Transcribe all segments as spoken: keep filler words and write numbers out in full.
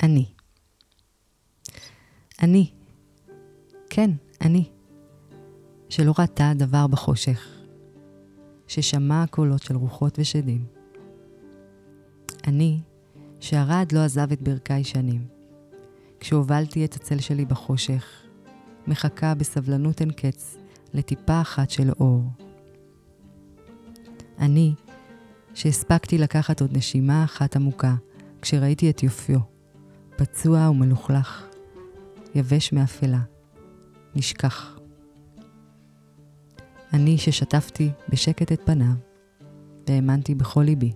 אני. אני. כן, אני. שלא ראתה דבר בחושך. ששמע קולות של רוחות ושדים. אני, שהרד לא עזב את ברכי שנים. כשהובלתי את הצל שלי בחושך, מחכה בסבלנות אין קץ לטיפה אחת של אור. אני, שהספקתי לקחת עוד נשימה אחת עמוקה, כשראיתי את יופיו, פצוע ומלוכלך, יבש מאפלה, נשכח. אני ששטפתי בשקט את פניו, והאמנתי בכל ליבי.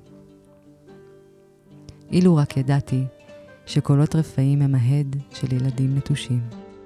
אילו רק ידעתי שקולות רפאים הם ההד של ילדים נטושים.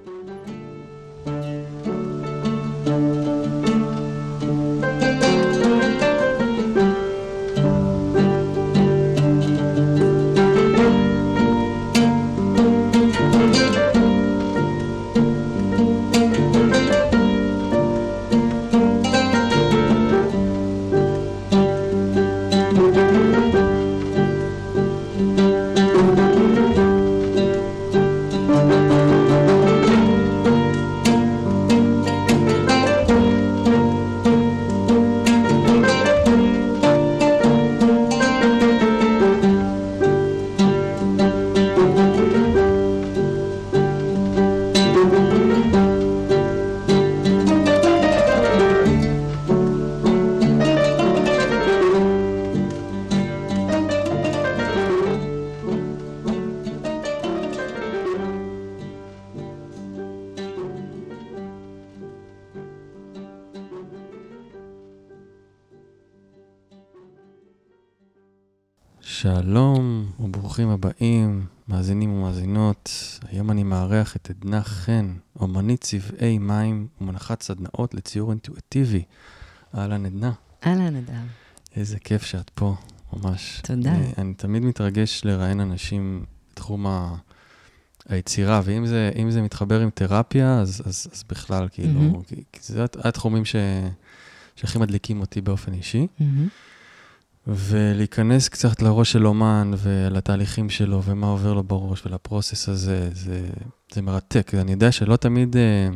שלום וברוכים הבאים, מאזינים ומאזינות. היום אני מארח את עדנה חן, אומנית צבעי מים ומנחת סדנאות לציור אינטואיטיבי. אהלן עדנה. אהלן אדם. איזה כיף שאת פה, ממש. תודה. אני, אני תמיד מתרגש לראיין אנשים בתחום ה... היצירה, ואם זה, אם זה מתחבר עם תרפיה, אז, אז, אז בכלל, כאילו, mm-hmm. כי, כי זה התחומים ש, שהכי מדליקים אותי באופן אישי. Mm-hmm. ולהיכנס קצת לראש של אומן ולתהליכים שלו ומה עובר לו בראש ולפרוסס הזה, זה, זה מרתק. אני יודע שלא תמיד,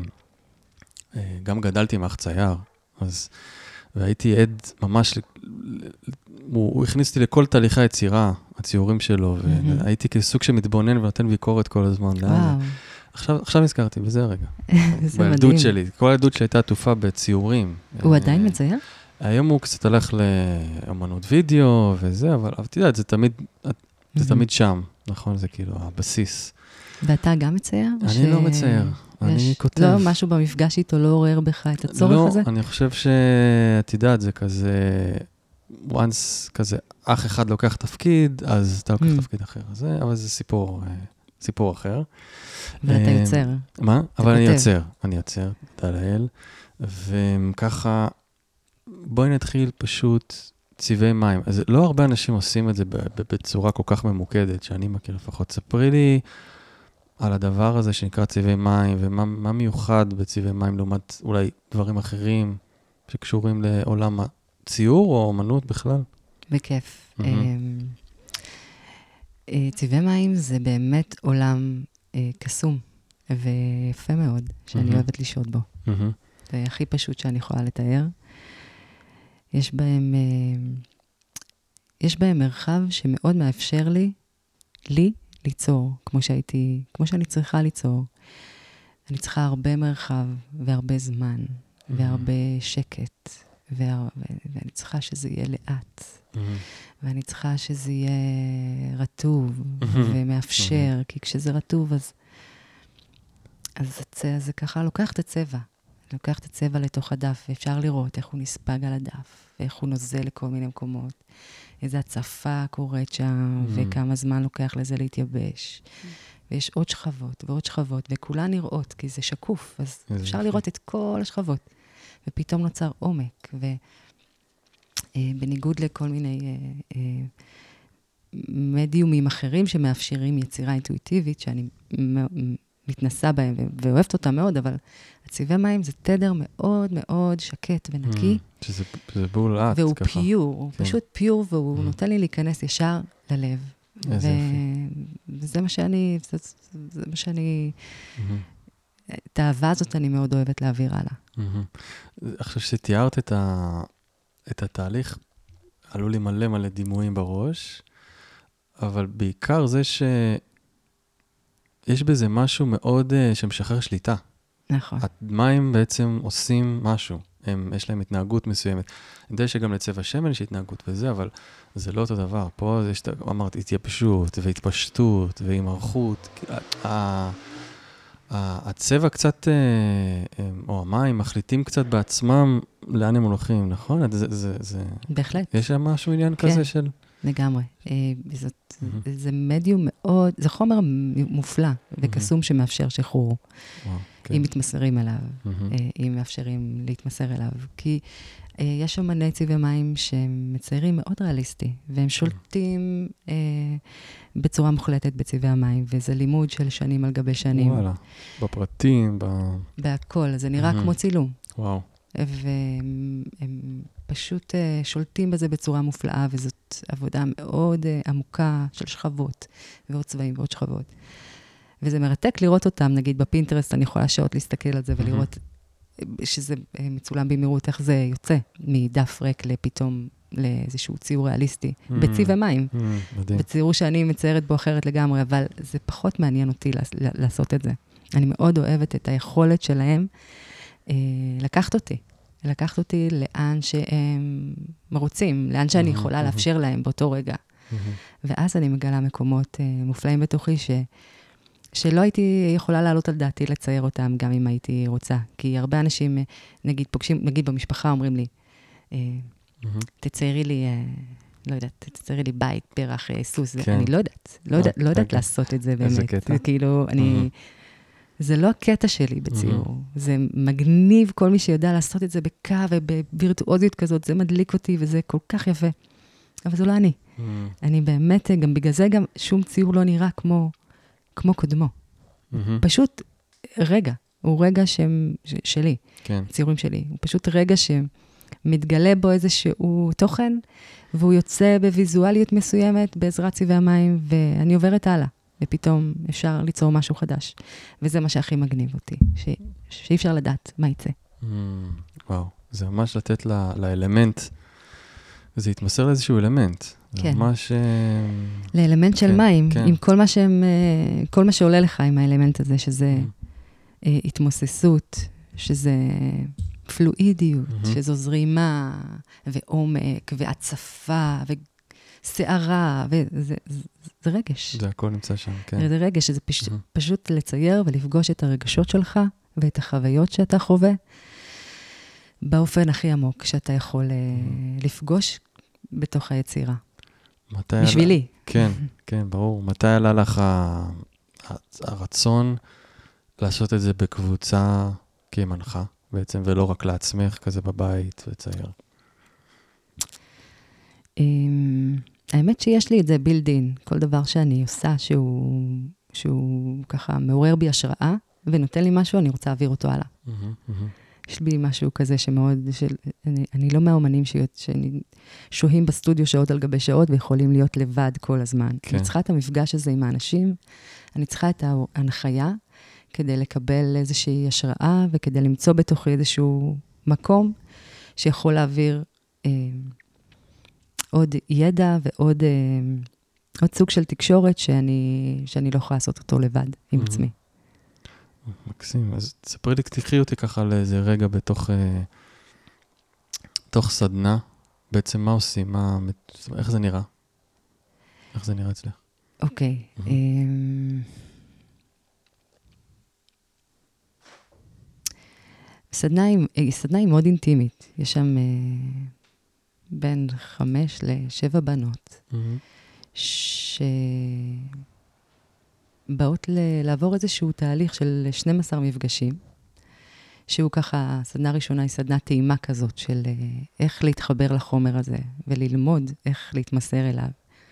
גם גדלתי עם אח צייר, אז, והייתי עד ממש, הוא, הוא הכניס אותי לכל תהליכי היצירה, הציורים שלו, mm-hmm. והייתי כסוג שמתבונן ונותן ביקורת כל הזמן. וואו. עכשיו, עכשיו נזכרתי, בזה הרגע. זה בילדות מדהים. שלי, כל הילדות שלי הייתה עטופה בציורים. הוא עדיין מצייר? היום הוא קצת הלך לאמנות וידאו וזה, אבל אתה יודע, זה תמיד, זה תמיד שם, נכון? זה כאילו הבסיס. ואתה גם מצייר? אני לא מצייר, אני כותב. לא, משהו במפגש איתו לא עורר בך את הצורך הזה? לא, אני חושב שאת יודעת, זה כזה, once כזה, אח אחד לוקח תפקיד, אז אתה לוקח תפקיד אחר. אבל זה סיפור, סיפור אחר. ואתה יוצר. מה? אבל אני יוצר, אני יוצר, תודה לאל. וככה, בואי נתחיל פשוט צבעי מים. אז לא הרבה אנשים עושים את זה בצורה כל כך ממוקדת, שאני מכיר לפחות. ספרי לי על הדבר הזה שנקרא צבעי מים, ומה מה מיוחד בצבעי מים לעומת אולי דברים אחרים שקשורים לעולם הציור או אומנות בכלל? בכיף. צבעי מים זה באמת עולם קסום ויפה מאוד, שאני אוהבת לשהות בו. זה הכי פשוט שאני יכולה לתאר. יש בהם, יש בהם מרחב שמאוד מאפשר לי, לי ליצור, כמו שהייתי, כמו שאני צריכה ליצור. אני צריכה הרבה מרחב והרבה זמן, mm-hmm. והרבה שקט, והר... ואני צריכה שזה יהיה לאט, mm-hmm. ואני צריכה שזה יהיה רטוב mm-hmm. ומאפשר, mm-hmm. כי כשזה רטוב, אז, אז זה, זה ככה לוקח את הצבע. לוקח את הצבע לתוך הדף, ואפשר לראות איך הוא נספג על הדף, ואיך הוא נוזל לכל מיני מקומות, איזו הצפה קורית שם, mm. וכמה זמן לוקח לזה להתייבש. Mm. ויש עוד שכבות ועוד שכבות, וכולן נראות, כי זה שקוף, אז אפשר זה לראות את כל השכבות. ופתאום נוצר עומק, ובניגוד אה, לכל מיני אה, אה, מדיומים אחרים שמאפשרים יצירה אינטואיטיבית, שאני מ- מתנסה בהם ואוהבת אותם מאוד, אבל הצבעי מים זה תדר מאוד מאוד שקט ונקי. Mm, שזה, שזה בול לאט, והוא ככה. פיור, הוא כן. פשוט פיור, והוא mm. נותן לי להיכנס ישר ללב. איזה יפי. וזה מה שאני, זה מה שאני, את האהבה הזאת אני מאוד אוהבת להעביר הלאה. עכשיו שתיארת את, ה, את התהליך, עלו לי מלא מלא דימויים בראש, אבל בעיקר זה שיש בזה משהו מאוד שמשחרר שליטה. נכון. המים בעצם עושים משהו, הם, יש להם התנהגות מסוימת. אני יודע שגם לצבע שמן יש התנהגות וזה, אבל זה לא אותו דבר. פה יש, אמרת, התייבשות והתפשטות והימרחות. הצבע קצת, או המים, מחליטים קצת בעצמם לאן הם הולכים, נכון? זה, זה, זה... בהחלט. יש שם משהו עניין כן, כזה של... לגמרי. זאת, mm-hmm. זה מדיום מאוד, זה חומר מופלא וקסום mm-hmm. שמאפשר שחרור. וואו, כן. אם מתמסרים אליו, mm-hmm. אם מאפשרים להתמסר אליו. כי יש שם מלא צבעי מים שהם מציירים מאוד ריאליסטי, והם שולטים אה, בצורה מוחלטת בצבעי המים, וזה לימוד של שנים על גבי שנים. וואלה, בפרטים, ב... בהכל, זה נראה mm-hmm. כמו צילום. וואו. והם הם פשוט uh, שולטים בזה בצורה מופלאה, וזאת עבודה מאוד uh, עמוקה של שכבות, ועוד צבעים ועוד שכבות. וזה מרתק לראות אותם, נגיד בפינטרסט, אני יכולה שעות להסתכל על זה, ולראות שזה uh, מצולם במהירות, איך זה יוצא מדף ריק לפתאום לאיזשהו ציור ריאליסטי, בצבעי מים. בציור שאני מציירת בו אחרת לגמרי, אבל זה פחות מעניין אותי לעשות את זה. אני מאוד אוהבת את היכולת שלהם, לקחת אותי, לקחת אותי לאן שהם רוצים, לאן שאני יכולה לאפשר להם באותו רגע. ואז אני מגלה מקומות מופלאים בתוכי, ש, שלא הייתי יכולה לעלות על דעתי לצייר אותם, גם אם הייתי רוצה. כי הרבה אנשים, נגיד, פוגשים, נגיד במשפחה, אומרים לי, תציירי לי, לא יודעת, תציירי לי בית, פרח, סוס, אני לא יודעת, לא יודעת, לא יודעת לעשות את זה באמת. איזה קטע? כאילו, אני... זה לא הקטע שלי בציור, mm-hmm. זה מגניב כל מי שיודע לעשות את זה בקו ובווירטואוזיות כזאת, זה מדליק אותי וזה כל כך יפה. אבל זה לא אני. Mm-hmm. אני באמת, גם בגלל זה גם שום ציור לא נראה כמו, כמו קודמו. Mm-hmm. פשוט רגע, הוא רגע שם, ש, שלי, כן. ציורים שלי. הוא פשוט רגע שמתגלה בו איזשהו תוכן, והוא יוצא בוויזואליות מסוימת בעזרת צבעי המים, ואני עוברת הלאה. ופתאום אפשר ליצור משהו חדש. וזה מה שהכי מגניב אותי, ש... שאי אפשר לדעת מה יצא. Mm, וואו, זה ממש לתת ל... לאלמנט, זה יתמסר לאיזשהו אלמנט. כן. זה ממש... לאלמנט של כן, מים, כן. עם כל מה שהם, כל מה שעולה לך עם האלמנט הזה, שזה mm. התמוססות, שזה פלואידיות, mm-hmm. שזו זרימה, ועומק, והצפה, ו... שערה, וזה זה, זה רגש. זה הכל נמצא שם, כן. זה רגש, שזה פש, mm-hmm. פשוט לצייר ולפגוש את הרגשות שלך, ואת החוויות שאתה חווה, באופן הכי עמוק שאתה יכול mm-hmm. לפגוש בתוך היצירה. בשבילי. עלה... כן, כן, ברור. מתי עלה לך הרצון לעשות את זה בקבוצה כמנחה, בעצם, ולא רק לעצמך, כזה בבית וצייר? האמת שיש לי את זה בילדין, כל דבר שאני עושה שהוא, שהוא ככה מעורר בי השראה, ונותן לי משהו, אני רוצה להעביר אותו הלאה. יש בי משהו כזה שמאוד, של, אני, אני לא מהאומנים ששוהים בסטודיו שעות על גבי שעות, ויכולים להיות לבד כל הזמן. כן. אני צריכה את המפגש הזה עם האנשים, אני צריכה את ההנחיה, כדי לקבל איזושהי השראה, וכדי למצוא בתוכי איזשהו מקום, שיכול להעביר... אה, עוד ידע ועוד עוד סוג של תקשורת שאני, שאני לא יכולה לעשות אותו לבד עם עצמי. מקסים. אז תספרי לי, תקחי אותי ככה לאיזה רגע בתוך תוך סדנה. בעצם מה עושים? מה, איך זה נראה? איך זה נראה אצלך? אוקיי. סדנה היא מאוד אינטימית. יש שם... בין חמש לשבע בנות, mm-hmm. שבאות ל- לעבור איזשהו תהליך של שנים עשר מפגשים, שהוא ככה, סדנה ראשונה היא סדנה טעימה כזאת, של איך להתחבר לחומר הזה, וללמוד איך להתמסר אליו.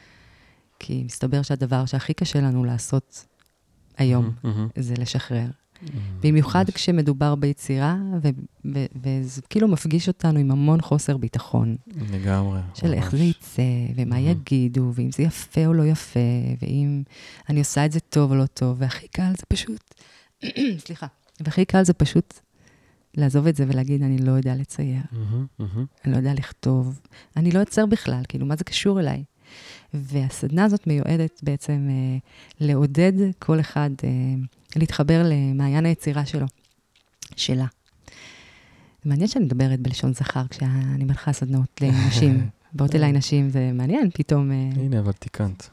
כי מסתבר שהדבר שהכי קשה לנו לעשות היום, mm-hmm. זה לשחרר. במיוחד כשמדובר ביצירה, וזה כאילו מפגיש אותנו עם המון חוסר ביטחון. לגמרי. של איך זה יצא, ומה יגידו, ואם זה יפה או לא יפה, ואם אני עושה את זה טוב או לא טוב, והכי קל זה פשוט, סליחה, והכי קל זה פשוט לעזוב את זה ולהגיד, אני לא יודע לצייר, אני לא יודע לכתוב, אני לא יוצר בכלל, כאילו, מה זה קשור אליי? והסדנה הזאת מיועדת בעצם אה, לעודד כל אחד אה, להתחבר למעיין היצירה שלו, שלה. זה מעניין שאני מדברת בלשון זכר, כשאני מלכה סדנות לנשים, באות אליי נשים, זה מעניין פתאום. אה... הנה, אבל תיקנת.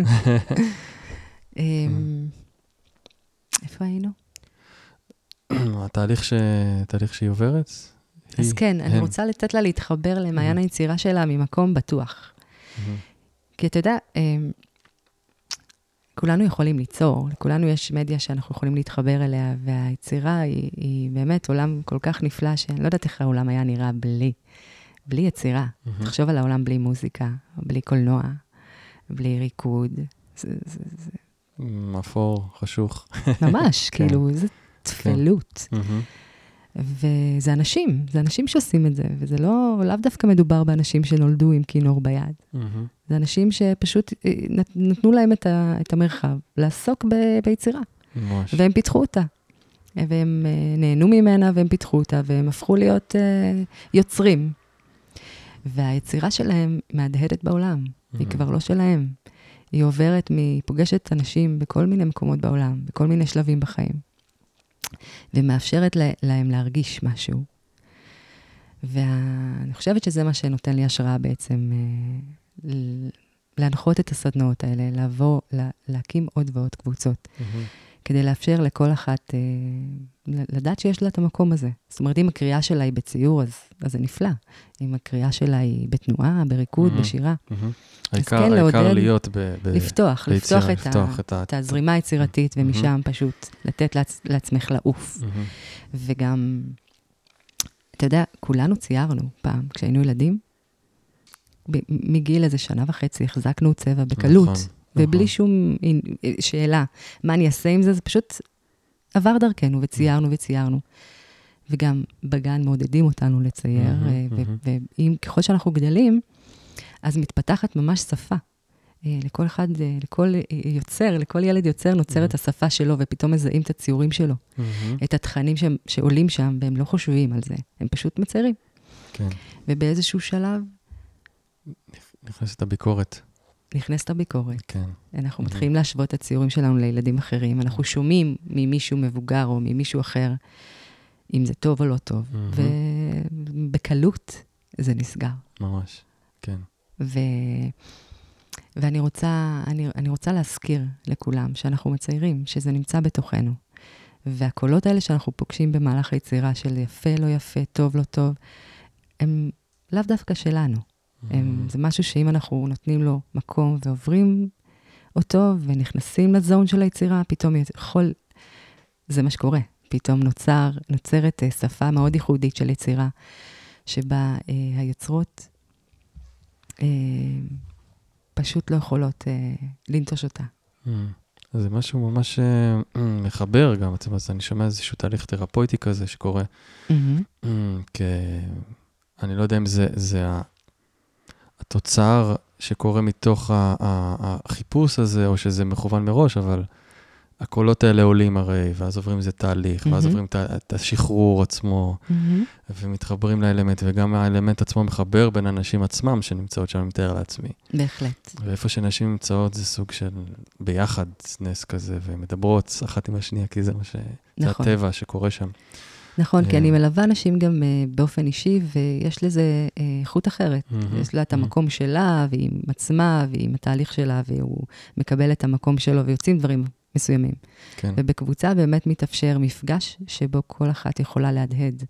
איפה היינו? התהליך, ש... התהליך שהיא עוברת? אז היא... כן, הם... אני רוצה לתת לה להתחבר למעיין היצירה שלה ממקום בטוח. כי אתה יודע, כולנו יכולים ליצור, לכולנו יש מדיה שאנחנו יכולים להתחבר אליה, והיצירה היא, היא באמת עולם כל כך נפלא, שאני לא יודעת איך העולם היה נראה בלי, בלי יצירה. Mm-hmm. תחשוב על העולם בלי מוזיקה, בלי קולנוע, בלי ריקוד. זה, זה, זה... אפור, חשוך. ממש, כן. כאילו, זה תפלות. כן. Mm-hmm. וזה אנשים, זה אנשים שעושים את זה, וזה לא, לאו דווקא מדובר באנשים שנולדו עם כינור ביד. Mm-hmm. זה אנשים שפשוט נתנו להם את, ה, את המרחב לעסוק ב, ביצירה. ממש. והם פיתחו אותה. והם נהנו ממנה, והם פיתחו אותה, והם הפכו להיות uh, יוצרים. והיצירה שלהם מהדהדת בעולם. Mm-hmm. היא כבר לא שלהם. היא עוברת, היא פוגשת אנשים בכל מיני מקומות בעולם, בכל מיני שלבים בחיים. ומאפשרת להם להרגיש משהו. ואני חושבת שזה מה שנותן לי השראה בעצם, להנחות את הסדנאות האלה, לעבור, להקים עוד ועוד קבוצות, כדי לאפשר לכל אחת, לדעת שיש לה את המקום הזה. זאת אומרת, אם הקריאה שלה היא בציור, אז, אז זה נפלא. אם הקריאה שלה היא בתנועה, בריקוד, בשירה. העיקר, העיקר להיות ב... לפתוח, לפתוח את הזרימה היצירתית, ומשם פשוט לתת לעצמך לעוף. וגם, אתה יודע, כולנו ציירנו פעם, כשהיינו ילדים, מגיל איזה שנה וחצי, החזקנו צבע בקלות, ובלי שום שאלה, מה אני אעשה עם זה, זה פשוט עבר דרכנו, וציירנו וציירנו. וגם בגן מעודדים אותנו לצייר, ואם ככל שאנחנו גדלים, אז מתפתחת ממש שפה. לכל אחד, לכל יוצר, לכל ילד יוצר נוצר את השפה שלו, ופתאום מזהים את הציורים שלו. את התכנים שעולים שם, והם לא חושבים על זה. הם פשוט מציירים. כן. ובאיזשהו שלב... נכנסת הביקורת. נכנסת הביקורת. כן. אנחנו מתחילים להשוות את הציורים שלנו לילדים אחרים. אנחנו שומעים ממישהו מבוגר או ממישהו אחר, אם זה טוב או לא טוב. ובקלות זה נסגר. ממש, כן. ו... ואני רוצה, אני, אני רוצה להזכיר לכולם שאנחנו מציירים, שזה נמצא בתוכנו. והקולות האלה שאנחנו פוגשים במהלך היצירה של יפה, לא יפה, טוב, לא טוב, הם לאו דווקא שלנו. הם, זה משהו שאם אנחנו נותנים לו מקום ועוברים אותו ונכנסים לזון של היצירה, פתאום יכול, זה מה שקורה. פתאום נוצר, נוצרת שפה מאוד ייחודית של יצירה, שבה אה, היוצרות אה, פשוט לא יכולות אה, לנטוש אותה. Mm. זה משהו ממש אה, מחבר גם, אז אני שומע איזשהו תהליך תרפויטי כזה שקורה, mm-hmm. mm, כי אני לא יודע אם זה, זה התוצר שקורה מתוך ה, ה, החיפוש הזה, או שזה מכוון מראש, אבל הקולות האלה עולים הרי, ואז עוברים איזה תהליך, mm-hmm. ואז עוברים את, את השחרור עצמו, mm-hmm. ומתחברים לאלמנט, וגם האלמנט עצמו מחבר בין אנשים עצמם שנמצאות שם, מתאר לעצמי. בהחלט. ואיפה שנשים נמצאות זה סוג של ביחד נס כזה, ומדברות אחת עם השנייה, כי זה מה ש... נכון. זה הטבע שקורה שם. נכון, כי אני מלווה נשים גם באופן אישי, ויש לזה איכות אחרת. יש לה את המקום שלה, והיא עצמה, והיא עם התהליך שלה, והוא מקבל את המקום שלו, ויוצאים דברים מסוימים. כן. ובקבוצה באמת מתאפשר מפגש, שבו כל אחת יכולה להדהד,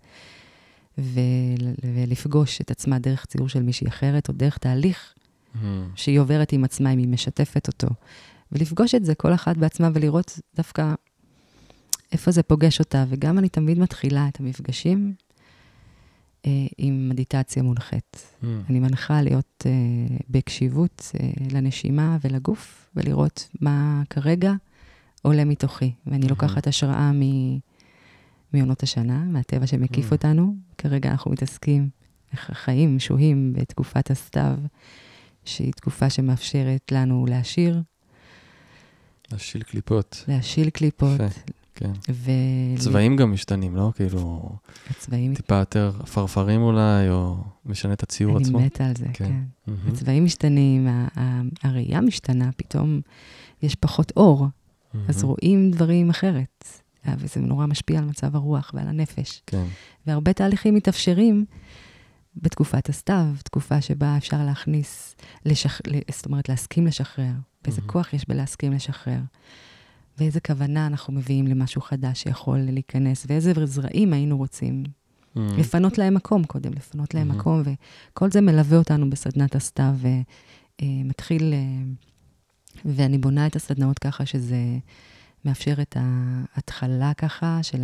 ולפגוש את עצמה דרך ציור של מישהי אחרת, או דרך תהליך שהיא עוברת עם עצמה, אם היא משתפת אותו. ולפגוש את זה כל אחת בעצמה, ולראות דווקא איפה זה פוגש אותה, וגם אני תמיד מתחילה את המפגשים אה, עם מדיטציה מונחת. Mm. אני מנחה להיות אה, בהקשיבות אה, לנשימה ולגוף, ולראות מה כרגע עולה מתוכי, ואני לוקחת השראה מעונות השנה, מהטבע שמקיף אותנו. כרגע אנחנו מתעסקים, חיים, שוהים בתקופת הסתיו, שהיא תקופה שמאפשרת לנו להשאיר. להשיל קליפות. להשיל קליפות. כן. צבעים גם משתנים, לא? כאילו, הצבעים... טיפה יותר פרפרים אולי, או משנה את הציור עצמו. אני מתה על זה, כן. הצבעים משתנים, הראייה משתנה, פתאום יש פחות אור, אז רואים דברים אחרת, וזה נורא משפיע על מצב הרוח ועל הנפש. כן. והרבה תהליכים מתאפשרים בתקופת הסתיו, תקופה שבה אפשר להכניס, זאת אומרת, להסכים לשחרר. ואיזה כוח יש בלהסכים לשחרר. ואיזה כוונה אנחנו מביאים למשהו חדש שיכול להיכנס, ואיזה זרעים היינו רוצים. לפנות להם מקום קודם, לפנות להם מקום, וכל זה מלווה אותנו בסדנת הסתיו, ומתחיל, ואני בונה את הסדנאות ככה, שזה מאפשר את ההתחלה ככה, של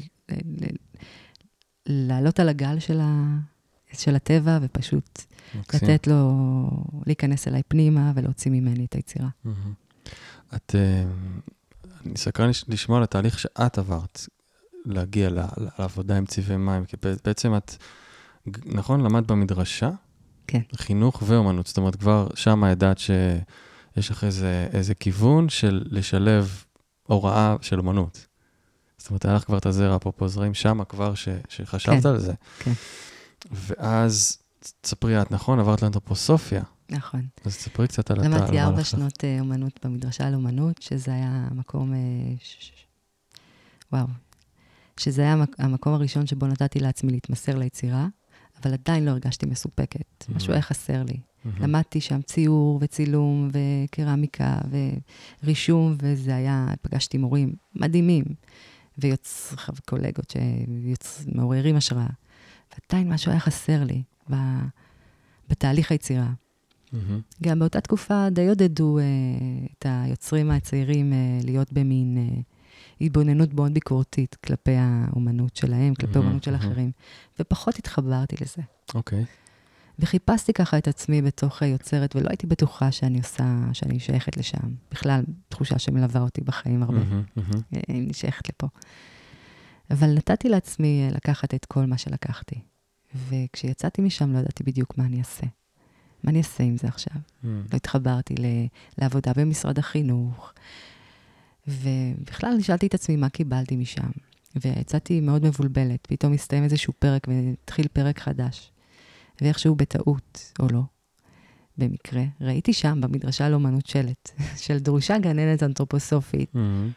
לעלות על הגל של הטבע, ופשוט לתת לו, להיכנס אליי פנימה, ולהוציא ממני את היצירה. את... אני סקרן לשמוע על התהליך שאת עברת, להגיע לעבודה עם צבעי מים, כי בעצם את, נכון, למדת במדרשה? כן. חינוך ואומנות, זאת אומרת, כבר שם ידעת שיש לך איזה, איזה כיוון של לשלב הוראה של אומנות. זאת אומרת, היה לך כבר את הזרע, אפרופו זרעים, שם כבר ש, שחשבת כן. על זה. כן. ואז, תספרי את, נכון, עברת לאנתרופוסופיה. נכון. אז תספרי קצת על התהליך. למדתי ארבע שנות אומנות במדרשה על אומנות, שזה היה מקום, וואו, שזה היה המקום הראשון שבו נתתי לעצמי להתמסר ליצירה, אבל עדיין לא הרגשתי מסופקת. משהו היה חסר לי. למדתי שם ציור וצילום וקרמיקה ורישום, וזה היה, פגשתי מורים מדהימים, וקולגות שמעוררים השראה. ועדיין משהו היה חסר לי בתהליך היצירה. גם באותה תקופה די עודדו את היוצרים הצעירים להיות במין התבוננות מאוד ביקורתית כלפי האומנות שלהם, כלפי האומנות של אחרים. ופחות התחברתי לזה. אוקיי. וחיפשתי ככה את עצמי בתוך יוצרת, ולא הייתי בטוחה שאני עושה, שאני שייכת לשם. בכלל, תחושה שמלווה אותי בחיים הרבה. אני שייכת לפה. אבל נתתי לעצמי לקחת את כל מה שלקחתי. וכשיצאתי משם לא ידעתי בדיוק מה אני אעשה. מה אני אעשה עם זה עכשיו? לא התחברתי לעבודה במשרד החינוך, ובכלל נשאלתי את עצמי מה קיבלתי משם. ויצאתי מאוד מבולבלת, פתאום הסתיים איזשהו פרק והתחיל פרק חדש. ואיכשהו בטעות, או לא, במקרה, ראיתי שם במדרשה לאומנות שלט, של דרושה גננת אנתרופוסופית,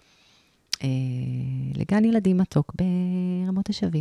לגן ילדים מתוק ברמות השבים.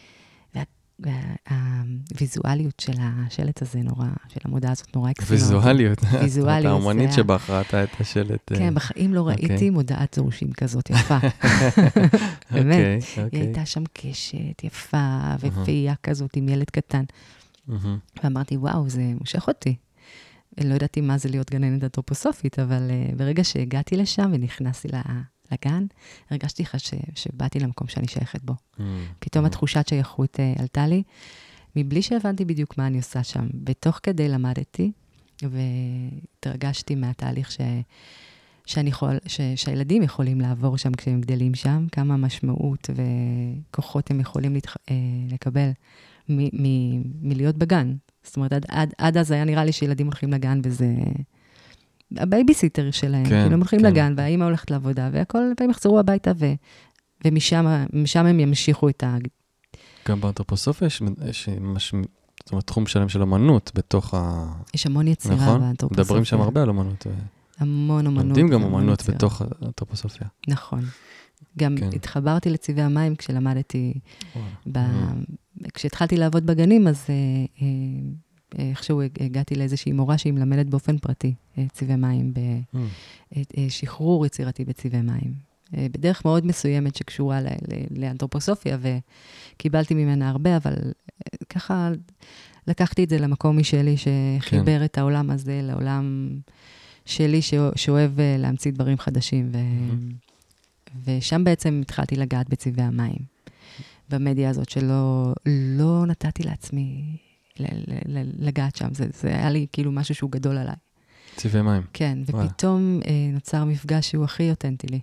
והוויזואליות של השלט הזה נורא, של המודעה הזאת נורא הקסימה. ויזואליות. ויזואליות. האומנית שבחרת את השלט. כן, בחיים לא ראיתי מודעת דרושים כזאת יפה. באמת. היא הייתה שם קשת יפה ופיה כזאת עם ילד קטן. ואמרתי, וואו, זה מושך אותי. לא ידעתי מה זה להיות גננת אנתרופוסופית, אבל ברגע שהגעתי לשם ונכנסתי לגן, הרגשתי לך שבאתי למקום שאני שייכת בו. פתאום התחושת שייכות עלתה לי, מבלי שהבנתי בדיוק מה אני עושה שם. בתוך כדי למדתי, והתרגשתי מהתהליך ש... שאני יכול, ש... שהילדים יכולים לעבור שם כשהם גדלים שם, כמה משמעות וכוחות הם יכולים להתח... לקבל מ... מ... מלהיות בגן. זאת אומרת, עד, עד, עד אז היה נראה לי שילדים הולכים לגן, וזה הבייביסיטר שלהם. כן, כאילו הם הולכים כן. לגן, והאמא הולכת לעבודה, והכל, והם יחזרו הביתה, ו... ומשם משם הם ימשיכו את ה... גם באנתרופוסופיה יש, יש ממש, זאת אומרת, תחום שלם של אמנות בתוך ה... יש המון יצירה נכון? באנתרופוסופיה. מדברים שם הרבה על אמנות. המון אמנות. לומדים גם אמנות יצירה. בתוך האנתרופוסופיה. נכון. גם כן. התחברתי לצבעי המים כשלמדתי, ב... כשהתחלתי לעבוד בגנים, אז איכשהו הגעתי לאיזושהי מורה שהיא מלמדת באופן פרטי, צבעי מים, בשחרור יצירתי בצבעי מים. בדרך מאוד מסוימת שקשורה לאנתרופוסופיה, וקיבלתי ממנה הרבה, אבל ככה לקחתי את זה למקום משלי, שחיבר את העולם הזה לעולם שלי, שאוהב להמציא דברים חדשים, ושם בעצם התחלתי לגעת בצבעי המים. במדיה הזאת שלא לא נתתי לעצמי לגעת שם. זה, זה היה לי כאילו משהו שהוא גדול עליי. צבעי מים. כן, ופתאום אה, נוצר מפגש שהוא הכי אותנטי לי.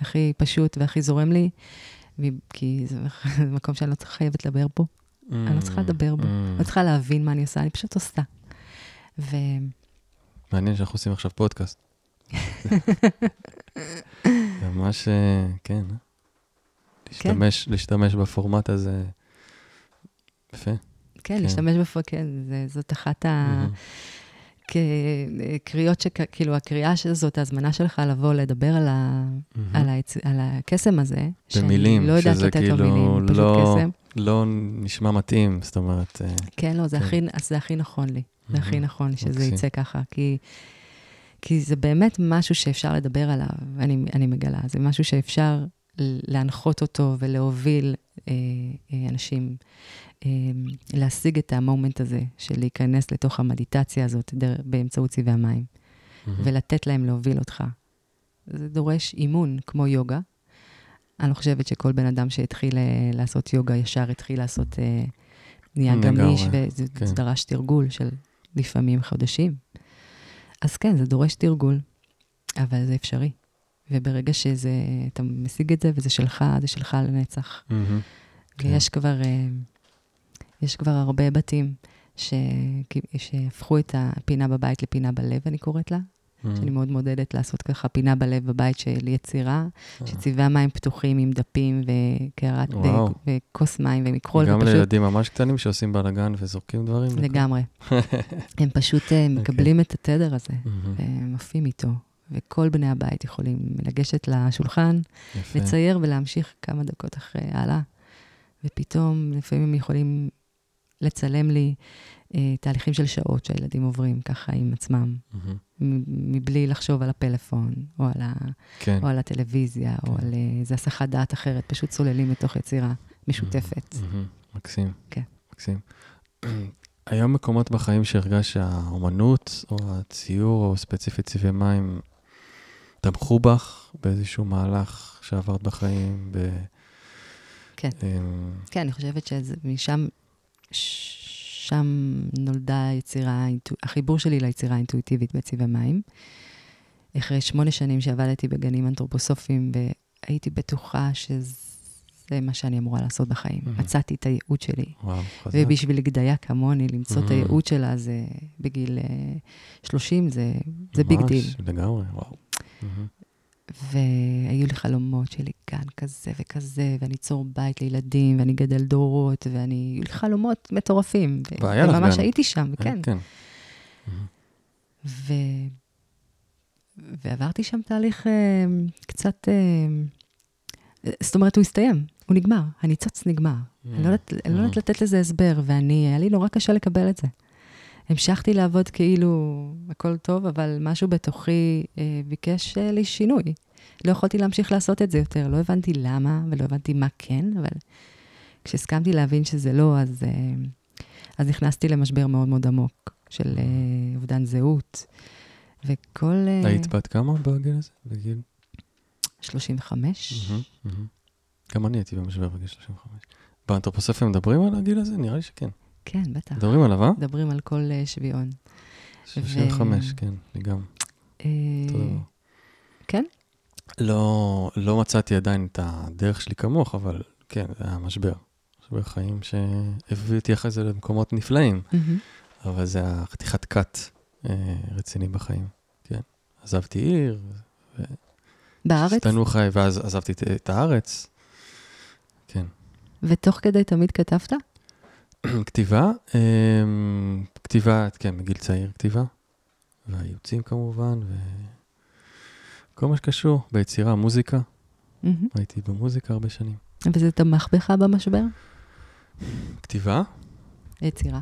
הכי פשוט והכי זורם לי, כי זה מקום שאני לא צריכה חייבת לדבר פה. אני לא צריכה לדבר בו. לא צריכה להבין מה אני עושה, אני פשוט עושה. ו... מעניין שאנחנו עושים עכשיו פודקאסט. ממש, כן. להשתמש, להשתמש בפורמט הזה. יפה. כן, להשתמש בפורמט, כן. זאת אחת הקריאות, כאילו, הקריאה שזאת, ההזמנה שלך לבוא לדבר על הקסם הזה. במילים, שזה כאילו לא נשמע מתאים, זאת אומרת... כן, לא, זה הכי נכון לי. זה הכי נכון שזה יצא ככה, כי... כי זה באמת משהו שאפשר לדבר עליו, אני, אני מגלה. זה משהו שאפשר להנחות אותו ולהוביל אה, אה, אנשים, אה, להשיג את המומנט הזה, של להיכנס לתוך המדיטציה הזאת דר, באמצעות צבעי המים, mm-hmm. ולתת להם להוביל אותך. זה דורש אימון, כמו יוגה. אני לא חושבת שכל בן אדם שהתחיל אה, לעשות יוגה, ישר התחיל לעשות, אה, נהיה גמיש, וזה כן. דרש תרגול של לפעמים חודשים. אז כן, זה דורש תרגול, אבל זה אפשרי. וברגע שזה, אתה משיג את זה, וזה שלך, זה שלך לנצח. Mm-hmm. ויש כן. כבר, יש כבר הרבה בתים ש... שהפכו את הפינה בבית לפינה בלב, אני קוראת לה. Mm-hmm. שאני מאוד מודדת לעשות ככה פינה בלב בבית של יצירה, mm-hmm. שצבעי המים פתוחים עם דפים וקערת ו... וכוס מים ומקרול. גם ופשוט... לילדים ממש קטנים שעושים בלגן וזורקים דברים. לגמרי. הם פשוט okay. מקבלים את התדר הזה, mm-hmm. והם עפים איתו. וכל בני הבית יכולים לגשת לשולחן, יפה. לצייר ולהמשיך כמה דקות אחרי הלאה. ופתאום לפעמים הם יכולים לצלם לי אה, תהליכים של שעות שהילדים עוברים ככה עם עצמם, mm-hmm. מבלי לחשוב על הפלאפון, או על, ה... כן. או על הטלוויזיה, כן. או על איזו הסחת דעת אחרת, פשוט צוללים מתוך יצירה משותפת. Mm-hmm. מקסים. כן. מקסים. היום מקומות בחיים שהרגש שהאומנות, או הציור, או ספציפית צבעי מים, תמכו בך באיזשהו מהלך שעברת בחיים? ב... כן. כן, אני חושבת שמשם שם נולדה היצירה, החיבור שלי ליצירה האינטואיטיבית בצבעי מים. אחרי שמונה שנים שעבדתי בגנים אנתרופוסופיים, והייתי בטוחה שזה מה שאני אמורה לעשות בחיים. מצאתי את הייעוד שלי. וואו, חזק. ובשביל גדיה כמוני, למצוא את הייעוד שלה, זה בגיל שלושים, זה ביג דיל. ממש, לגמרי, וואו. והיו לי חלומות שלי כאן כזה וכזה, ואני צור בית לילדים, ואני גדל דורות, ואני, היו לי חלומות מטורפים. וממש הייתי שם, כן. ו... ועברתי שם תהליך קצת, זאת אומרת, הוא הסתיים, הוא נגמר, הניצוץ נגמר. אני לא יודעת לתת לזה הסבר, ואני, היה לי נורא קשה לקבל את זה. המשכתי לעבוד כאילו הכל טוב, אבל משהו בתוכי אה, ביקש אה, לי שינוי. לא יכולתי להמשיך לעשות את זה יותר. לא הבנתי למה, ולא הבנתי מה כן, אבל כשהסכמתי להבין שזה לא, אז, אה, אז נכנסתי למשבר מאוד מאוד עמוק, של אה, אובדן זהות, וכל... אה, היית בת כמה בגיל הזה? בגיל? שלושים וחמש. Mm-hmm, mm-hmm. גם אני הייתי במשבר בגיל שלושים וחמש. באנתרופוסופיה מדברים על הגיל הזה? נראה לי שכן. כן, בטח. מדברים עליו, אה? מדברים על כל uh, שביעון. שלושים וחמש, ו... כן, אני גם. אה... כן? לא, לא מצאתי עדיין את הדרך שלי כמוך, אבל כן, זה היה משבר. משבר חיים שהביא אותי אחרי זה למקומות נפלאים. Mm-hmm. אבל זה החתיכת קאט אה, רציני בחיים. כן. עזבתי עיר. ו... בארץ? השתנו חיי, ואז עזבתי את, את הארץ. כן. ותוך כדי תמיד כתבת? כתיבה, כתיבה, כן, מגיל צעיר כתיבה, והייעוצים כמובן, וכל מה שקשור ביצירה, מוזיקה. הייתי במוזיקה הרבה שנים. וזה תמך בך במשבר? כתיבה? יצירה.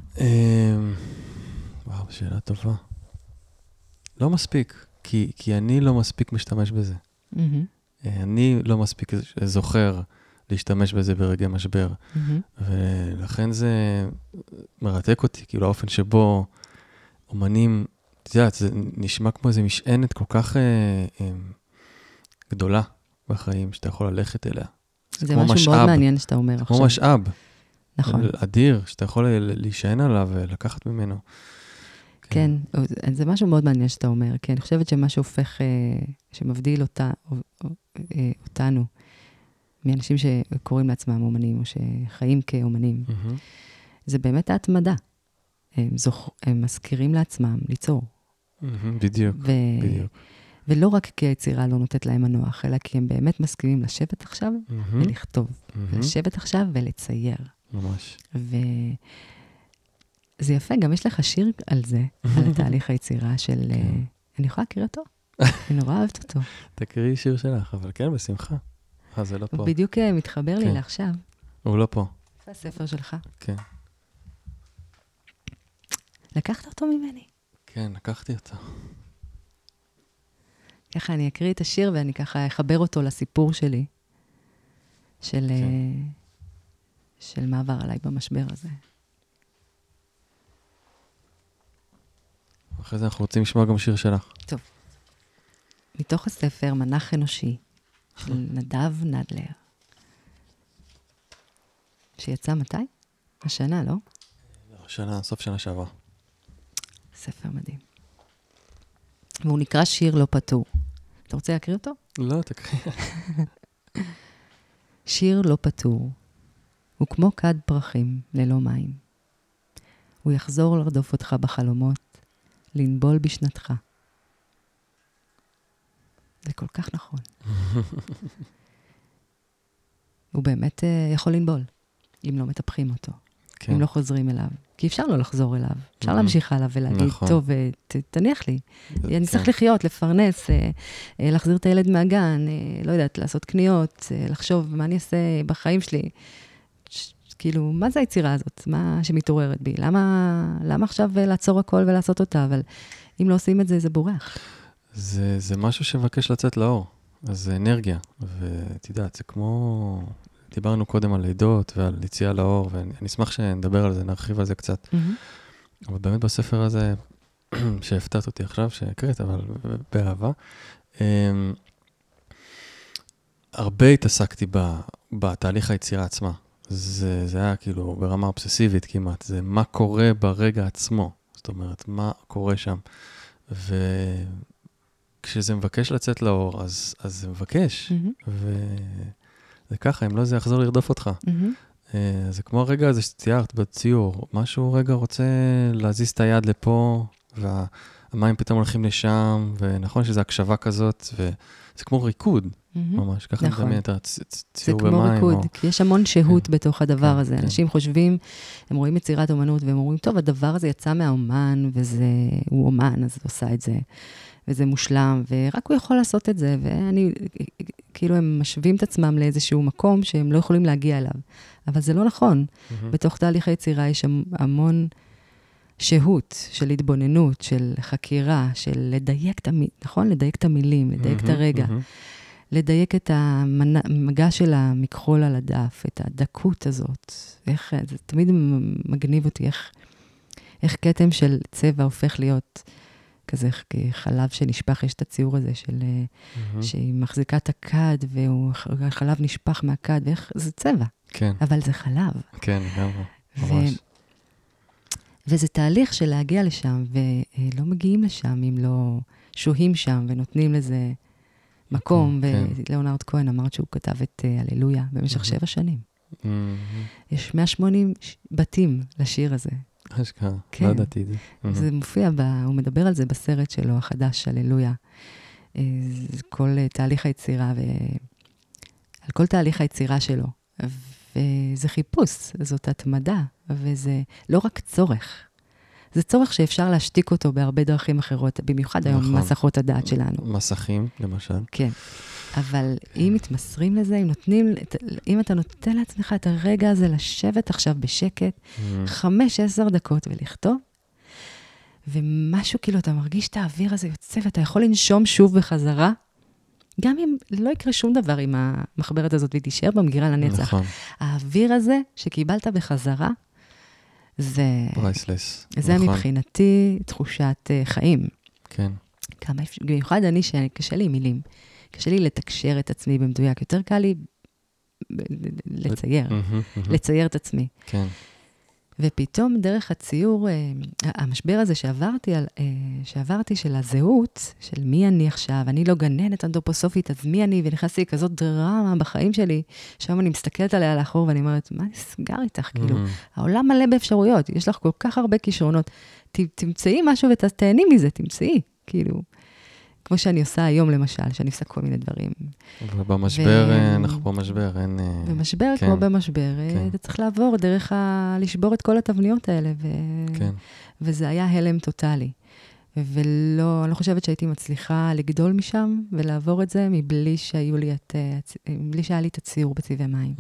וואו, שאלה טובה. לא מספיק, כי, כי אני לא מספיק משתמש בזה. אני לא מספיק זוכר להשתמש בזה ברגעי משבר. Mm-hmm. ולכן זה מרתק אותי, כאילו האופן שבו אומנים, את יודעת, זה נשמע כמו איזו משענת כל כך אה, אה, גדולה בחיים, שאתה יכול ללכת אליה. זה, זה משהו משאב, מאוד מעניין שאתה אומר עכשיו. כמו משאב. נכון. אדיר, שאתה יכול להישען עליו ולקחת ממנו. כן, זה משהו מאוד מעניין שאתה אומר, כי אני חושבת שמה שהופך, שמבדיל אותה, אותנו, מאנשים שקוראים לעצמם אומנים, או שחיים כאומנים, זה באמת ההתמדה. הם, זוכ... הם מזכירים לעצמם ליצור. בדיוק, ו... בדיוק. ולא רק כי היצירה לא נותנת להם מנוח, אלא כי הם באמת מסכימים לשבת עכשיו ולכתוב. לשבת עכשיו ולצייר. ממש. וזה יפה, גם יש לך שיר על זה, על תהליך היצירה של... אני יכולה להקריא אותו? אני נורא אוהבת אותו. תקריאי שיר שלך, אבל כן, בשמחה. אה, זה לא פה. הוא בדיוק מתחבר לי לעכשיו. הוא לא פה. איפה הספר שלך? כן. לקחת אותו ממני? כן, לקחתי אותו. ככה אני אקריא את השיר ואני ככה אחבר אותו לסיפור שלי, של, כן. של מעבר עליי במשבר הזה. אחרי זה אנחנו רוצים לשמוע גם שיר שלך. טוב. מתוך הספר מנח אנושי, של נדב נדלר. שיצא מתי? השנה, לא? השנה, סוף שנה שעברה. ספר מדהים. והוא נקרא שיר לא פתור. אתה רוצה להקריא אותו? לא, תקריא. שיר לא פתור. הוא כמו כד פרחים ללא מים. הוא יחזור לרדוף אותך בחלומות, לנבול בשנתך. זה כל כך נכון. הוא באמת uh, יכול לנבול, אם לא מטפחים אותו. כן. אם לא חוזרים אליו. כי אפשר לא לחזור אליו. אפשר להמשיך עליו ולהגיד, נכון. טוב, ת, תניח לי. אני כן. צריך לחיות, לפרנס, אה, אה, להחזיר את הילד מהגן, אה, לא יודעת, לעשות קניות, אה, לחשוב מה אני אעשה בחיים שלי. ש, כאילו, מה זה היצירה הזאת? מה שמתעוררת בי? למה, למה עכשיו לעצור הכל ולעשות אותה? אבל אם לא עושים את זה, זה בורח. זה, זה משהו שמבקש לצאת לאור. אז זה אנרגיה. ותדעת, זה כמו... דיברנו קודם על לידות ועל יציאה לאור, ואני אשמח שנדבר על זה, נרחיב על זה קצת. Mm-hmm. אבל באמת בספר הזה, שהפתעת אותי עכשיו, שהקראת, אבל באהבה, הרבה התעסקתי בתהליך היצירה עצמה. זה, זה היה כאילו ברמה אובססיבית כמעט, זה מה קורה ברגע עצמו. זאת אומרת, מה קורה שם. וכשזה מבקש לצאת לאור, אז, אז זה מבקש. Mm-hmm. ו... זה ככה, אם לא זה יחזור לרדוף אותך. Mm-hmm. זה כמו הרגע הזה שציירת בציור, משהו רגע רוצה להזיז את היד לפה, והמים פתאום הולכים לשם, ונכון שזו הקשבה כזאת, וזה כמו ריקוד, mm-hmm. ממש, ככה נכון. מדמיין את הציור במים. זה כמו ריקוד, או... כי יש המון שהות כן. בתוך הדבר כן, הזה. כן. אנשים חושבים, הם רואים יצירת אומנות, והם אומרים, טוב, הדבר הזה יצא מהאומן, והוא אומן, אז הוא עושה את זה. וזה מושלם, ורק הוא יכול לעשות את זה, ואני, כאילו הם משווים את עצמם לאיזשהו מקום שהם לא יכולים להגיע אליו. אבל זה לא נכון. Mm-hmm. בתוך תהליך היצירה יש המון שהות של התבוננות, של חקירה, של לדייק את המילים, נכון? לדייק את המילים, לדייק mm-hmm, את הרגע. Mm-hmm. לדייק את המגע של המכחול על הדף, את הדקות הזאת. איך, זה תמיד מגניב אותי, איך, איך כתם של צבע הופך להיות... כזה חלב שנשפח, יש את הציור הזה של, mm-hmm. שהיא מחזיקה את הכד, והחלב נשפח מהכד, ואיך, זה צבע. כן. אבל זה חלב. כן, גם ממש. ו... וזה תהליך של להגיע לשם, ולא מגיעים לשם אם לא שוהים שם, ונותנים לזה מקום, כן. ולאונרד כהן אמרת שהוא כתב את הללויה במשך mm-hmm. שבע שנים. Mm-hmm. יש מאה ושמונים בתים לשיר הזה. אשכרה, כן. לא ידעתי את זה. זה מופיע, ב... הוא מדבר על זה בסרט שלו, החדש, הללויה. כל תהליך היצירה, ו... על כל תהליך היצירה שלו. וזה חיפוש, זאת התמדה, וזה לא רק צורך. זה צורך שאפשר להשתיק אותו בהרבה דרכים אחרות, במיוחד נכון. היום מסכות הדעת שלנו. מסכים, למשל. כן. אבל אם מתמסרים לזה, אם נותנים, אם אתה נותן לעצמך את הרגע הזה לשבת עכשיו בשקט, חמש, עשר דקות ולכתוב, ומשהו כאילו, אתה מרגיש את האוויר הזה יוצא, ואתה יכול לנשום שוב בחזרה, גם אם לא יקרה שום דבר עם המחברת הזאת, והיא תישאר במגירה לנצח. נכון. האוויר הזה שקיבלת בחזרה, זה... פרייסלס. זה נכון. מבחינתי תחושת חיים. כן. כמה, במיוחד אני, שקשה לי עם מילים. קשה לי לתקשר את עצמי במדויק. יותר קל לי לצייר. לצייר את עצמי. כן. ופתאום דרך הציור, המשבר הזה שעברתי, שעברתי של הזהות, של מי אני עכשיו, אני לא גננת אנתרופוסופית, אז מי אני, ונכנסתי כזאת דרמה בחיים שלי, שם אני מסתכלת עליה לאחור, ואני אומרת, מה נסגר איתך? כאילו, העולם מלא באפשרויות, יש לך כל כך הרבה כישרונות, תמצאי משהו ותהני מזה, תמצאי, כאילו. כמו שאני עושה היום, למשל, שאני עושה כל מיני דברים. ובמשבר, אנחנו במשבר, אין... במשבר, כמו במשבר, אתה צריך לעבור דרך ה... לשבור את כל התבניות האלה, וזה היה הלם טוטלי. ולא, אני לא חושבת שהייתי מצליחה לגדול משם, ולעבור את זה מבלי שהיו לי את... מבלי שהיה לי את הציור בצבעי מים.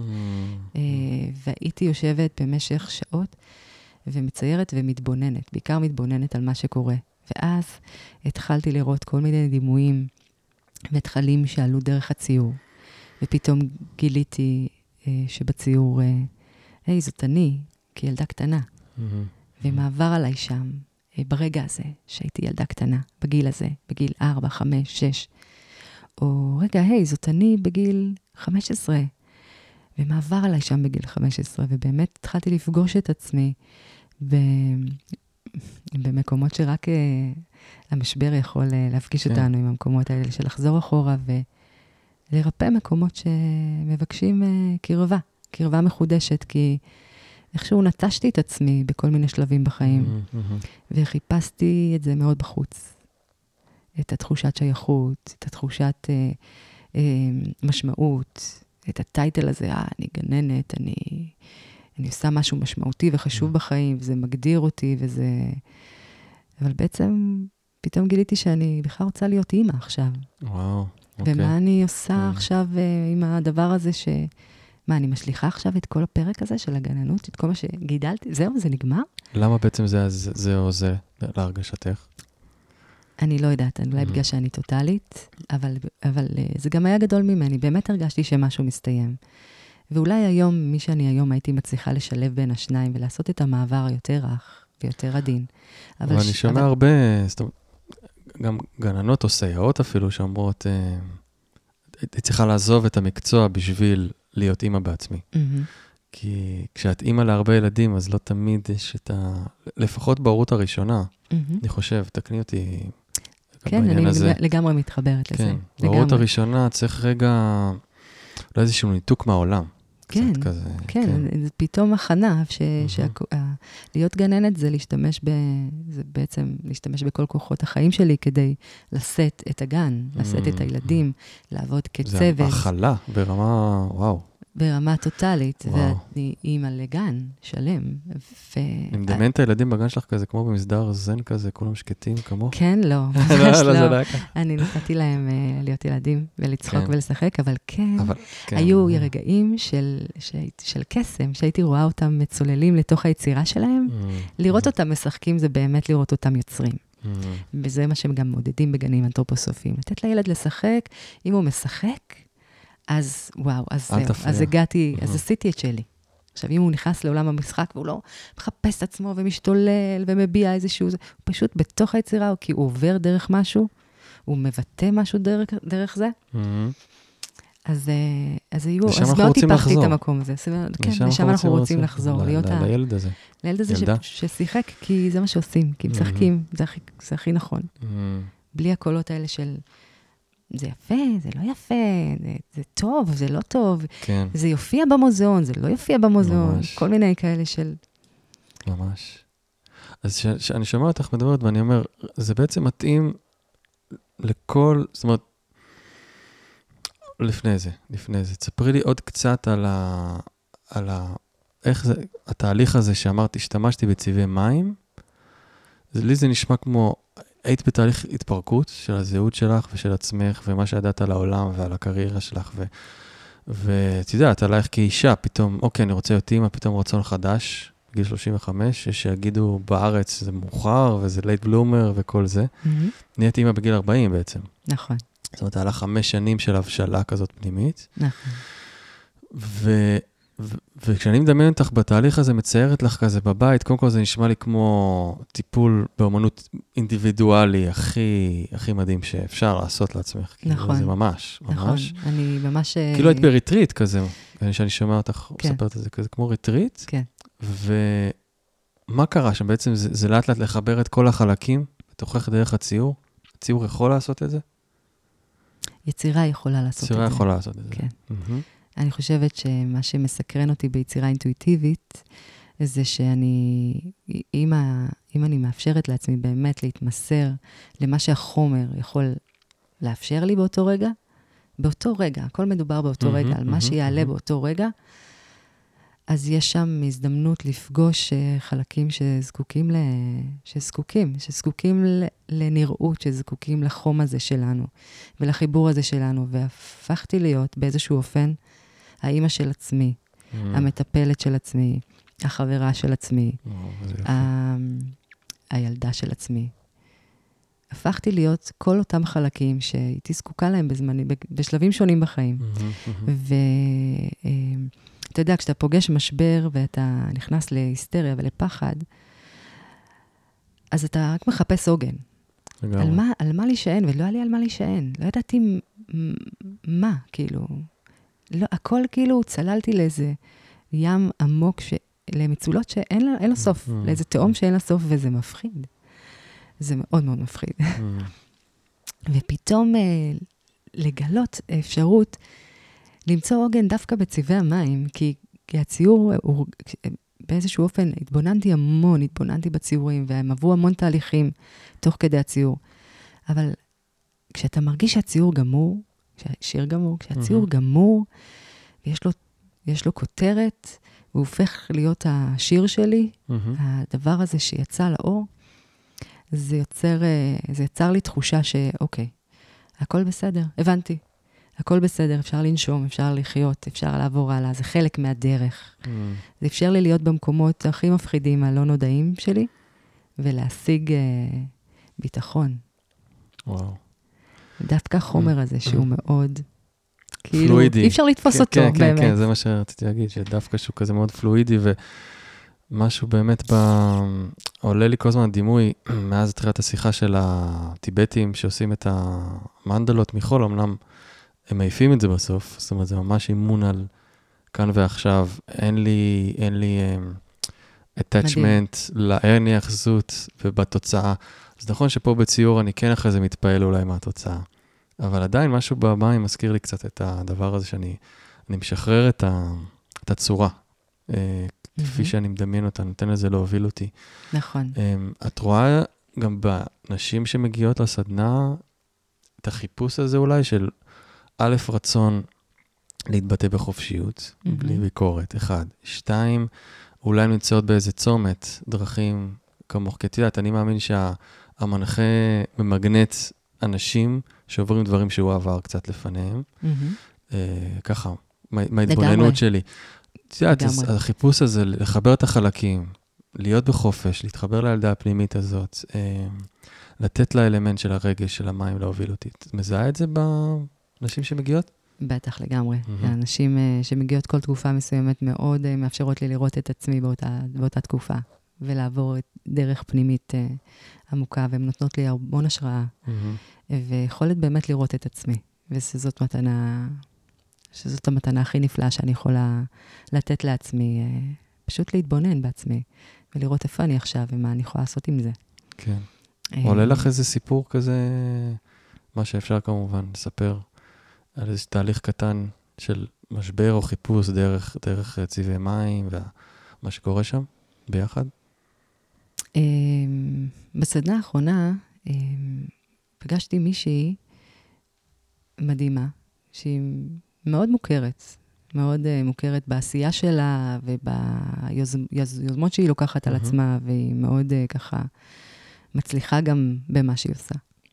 והייתי יושבת במשך שעות, ומציירת ומתבוננת, בעיקר מתבוננת על מה שקורה. ואז התחלתי לראות כל מיני דימויים ותחלים שעלו דרך הציור. ופתאום גיליתי אה, שבציור, אה, היי, זאת אני, כילדה קטנה. Mm-hmm. ומעבר עליי שם, אה, ברגע הזה, שהייתי ילדה קטנה, בגיל הזה, בגיל ארבע, חמש, שש. או רגע, היי, זאת אני בגיל חמש עשרה. ומעבר עליי שם בגיל חמש עשרה, ובאמת התחלתי לפגוש את עצמי ב... במקומות שרק uh, המשבר יכול uh, להפגיש כן. אותנו עם המקומות האלה, של לחזור אחורה ולרפא מקומות שמבקשים uh, קרבה, קרבה מחודשת, כי איכשהו נטשתי את עצמי בכל מיני שלבים בחיים, mm-hmm, mm-hmm. וחיפשתי את זה מאוד בחוץ. את התחושת שייכות, את התחושת uh, uh, משמעות, את הטייטל הזה, אה, אני גננת, אני... אני עושה משהו משמעותי וחשוב בחיים, וזה מגדיר אותי, וזה... אבל בעצם, פתאום גיליתי שאני בכלל רוצה להיות אימא עכשיו. וואו, אוקיי. ומה אני עושה עכשיו עם הדבר הזה ש... מה, אני משליחה עכשיו את כל הפרק הזה של הגננות, את כל מה שגידלתי? זהו, זה נגמר? למה בעצם זה, זה, זה או זה להרגשתך? אני לא יודעת, אני אולי בגלל שאני טוטלית, אבל, אבל זה גם היה גדול ממני. באמת הרגשתי שמשהו מסתיים. ואולי היום, מי שאני היום הייתי מצליחה לשלב בין השניים, ולעשות את המעבר יותר רך ויותר עדין. אבל אני שומע הרבה, גם גננות או סייעות אפילו, שאומרות, היא צריכה לעזוב את המקצוע בשביל להיות אימא בעצמי. כי כשאת אימא להרבה ילדים, אז לא תמיד יש את ה... לפחות בהורות הראשונה, אני חושב, תקני אותי כן, אני לגמרי מתחברת לזה. כן, בהורות הראשונה צריך רגע, לא איזשהו ניתוק מהעולם. כן, כן, זה פתאום הכנה, להיות גננת זה להשתמש ב... זה בעצם להשתמש בכל כוחות החיים שלי, כדי לשאת את הגן, לשאת את הילדים, לעבוד כצוות. זה החלה ברמה, וואו. ברמה טוטלית, ואני אימא לגן שלם. אני מדמיין את הילדים בגן שלך כזה, כמו במסדר זן כזה, כולם שקטים כמוך? כן, לא, ממש לא. אני נתתי להם להיות ילדים ולצחוק ולשחק, אבל כן, היו רגעים של קסם, שהייתי רואה אותם מצוללים לתוך היצירה שלהם. לראות אותם משחקים זה באמת לראות אותם יוצרים. וזה מה שהם גם מודדים בגנים אנתרופוסופיים. לתת לילד לשחק, אם הוא משחק, אז וואו, אז זהו, אז הגעתי, אז עשיתי את שלי. עכשיו, אם הוא נכנס לעולם המשחק, והוא לא מחפש את עצמו ומשתולל ומביע איזשהו, הוא פשוט בתוך היצירה, כי הוא עובר דרך משהו, הוא מבטא משהו דרך זה. אז היו, אז מאוד טיפחתי את המקום הזה. כן, לשם אנחנו רוצים לחזור, להיות ה... לילד הזה. לילד הזה ששיחק, כי זה מה שעושים, כי משחקים, זה הכי נכון. בלי הקולות האלה של... זה יפה, זה לא יפה, זה, זה טוב, זה לא טוב, כן. זה יופיע במוזיאון, זה לא יופיע במוזיאון, ממש. כל מיני כאלה של... ממש. אז ש, שאני שומע אותך מדברת, ואני אומר, זה בעצם מתאים לכל, זאת אומרת, לפני זה, לפני זה, תספרי לי עוד קצת על ה... על ה... איך זה, התהליך הזה שאמרתי, השתמשתי בצבעי מים, זה, לי זה נשמע כמו... היית בתהליך התפרקות של הזהות שלך ושל עצמך, ומה שידעת על העולם ועל הקריירה שלך, ו... ואת יודעת, עלייך כאישה, פתאום, אוקיי, אני רוצה להיות אימא, פתאום רצון חדש, בגיל שלושים וחמש, שיגידו בארץ זה מאוחר, וזה לייט בלומר וכל זה. Mm-hmm. נהיית אימא בגיל ארבעים בעצם. נכון. זאת אומרת, היה חמש שנים של הבשלה כזאת פנימית. נכון. ו... ו- וכשאני מדמיין אותך בתהליך הזה, מציירת לך כזה בבית, קודם כל זה נשמע לי כמו טיפול באמנות אינדיבידואלי הכי, הכי מדהים שאפשר לעשות לעצמך. נכון. זה ממש, ממש. נכון, אני ממש... כאילו היית בריטריט כזה, כשאני שומע אותך, כן. מספרת את זה כזה כמו ריטריט. כן. ו... מה קרה שם? בעצם זה, זה לאט לאט לחבר את כל החלקים, בתוכך דרך הציור? הציור יכול לעשות את זה? יצירה יכולה לעשות את זה. יצירה יכולה לעשות את זה. כן. אני חושבת שמה שמסקרן אותי ביצירה אינטואיטיבית, זה שאני, אם, ה, אם אני מאפשרת לעצמי באמת להתמסר למה שהחומר יכול לאפשר לי באותו רגע, באותו רגע, הכל מדובר באותו רגע, על מה שיעלה באותו רגע, אז יש שם הזדמנות לפגוש חלקים שזקוקים, ל... שזקוקים, שזקוקים לנראות, שזקוקים לחום הזה שלנו, ולחיבור הזה שלנו, והפכתי להיות באיזשהו אופן, האמא של עצמי, mm. המטפלת של עצמי, החברה של עצמי, oh, ה... הילדה של עצמי. הפכתי להיות כל אותם חלקים שהייתי זקוקה להם בזמני, בשלבים שונים בחיים. Mm-hmm, mm-hmm. ו... אתה יודע, כשאתה פוגש משבר ואתה נכנס להיסטריה ולפחד, אז אתה רק מחפש עוגן. על מה, על מה להישען, ולא היה לי על מה להישען. לא ידעתי מה, כאילו. לא, הכל כאילו צללתי לאיזה ים עמוק, ש... למצולות שאין לה, אין לה סוף, לאיזה תאום שאין לה סוף, וזה מפחיד. זה מאוד מאוד מפחיד. ופתאום לגלות אפשרות, למצוא עוגן דווקא בצבעי המים, כי, כי הציור, הוא, באיזשהו אופן, התבוננתי המון, התבוננתי בציורים, והם עברו המון תהליכים תוך כדי הציור. אבל כשאתה מרגיש שהציור גמור, כשהשיר גמור, כשהציור mm-hmm. גמור, ויש לו, יש לו כותרת, הוא הופך להיות השיר שלי, mm-hmm. הדבר הזה שיצא לאור, זה יוצר, זה יצר לי תחושה שאוקיי, הכל בסדר, הבנתי. הכל בסדר, אפשר לנשום, אפשר לחיות, אפשר לעבור הלאה, זה חלק מהדרך. Mm. זה אפשר לי להיות במקומות הכי מפחידים, הלא נודעים שלי, ולהשיג uh, ביטחון. וואו. דווקא החומר הזה שהוא מאוד, כאילו, פלואידי. אי אפשר לתפוס כן, אותו, כן, באמת. כן, כן, זה מה שרציתי להגיד, שדווקא שהוא כזה מאוד פלואידי, ומשהו באמת ב... עולה לי כל הזמן דימוי, מאז התחילת השיחה של הטיבטים, שעושים את המנדלות מחול, אמנם, הם מעיפים את זה בסוף, זאת אומרת, זה ממש אימון על כאן ועכשיו, אין לי, אין לי um, attachment, אין לי אחזות ובתוצאה. אז נכון שפה בציור אני כן אחרי זה מתפעל אולי מהתוצאה, אבל עדיין משהו במים מזכיר לי קצת את הדבר הזה שאני אני משחרר את, ה, את הצורה, uh, mm-hmm. כפי שאני מדמיין אותה, נותן לזה להוביל אותי. נכון. Um, את רואה גם בנשים שמגיעות לסדנה, את החיפוש הזה אולי של א', רצון להתבטא בחופשיות, mm-hmm. בלי ביקורת, אחד. שתיים, אולי נמצאות באיזה צומת, דרכים כמוך, כי את יודעת, אני מאמין שהמנחה ממגנט אנשים שעוברים דברים שהוא עבר קצת לפניהם. Mm-hmm. אה, ככה, מההתבוננות שלי. את יודעת, אז החיפוש הזה, לחבר את החלקים, להיות בחופש, להתחבר לילדה הפנימית הזאת, אה, לתת לאלמנט של הרגש, של המים, להוביל אותי. את מזהה את זה ב... נשים שמגיעות? בטח, לגמרי. Mm-hmm. הנשים uh, שמגיעות כל תקופה מסוימת מאוד uh, מאפשרות לי לראות את עצמי באותה, באותה תקופה, ולעבור דרך פנימית uh, עמוקה, והן נותנות לי המון השראה, mm-hmm. ויכולת באמת לראות את עצמי, ושזאת מתנה, שזאת המתנה הכי נפלאה שאני יכולה לתת לעצמי, uh, פשוט להתבונן בעצמי, ולראות איפה אני עכשיו, ומה אני יכולה לעשות עם זה. כן. עולה לך איזה סיפור כזה, מה שאפשר כמובן לספר, על איזה תהליך קטן של משבר או חיפוש דרך, דרך צבעי מים ומה שקורה שם ביחד? בסדנה האחרונה פגשתי מישהי מדהימה, שהיא מאוד מוכרת, מאוד מוכרת בעשייה שלה וביוזמות שהיא לוקחת על עצמה, והיא מאוד ככה מצליחה גם במה שהיא עושה.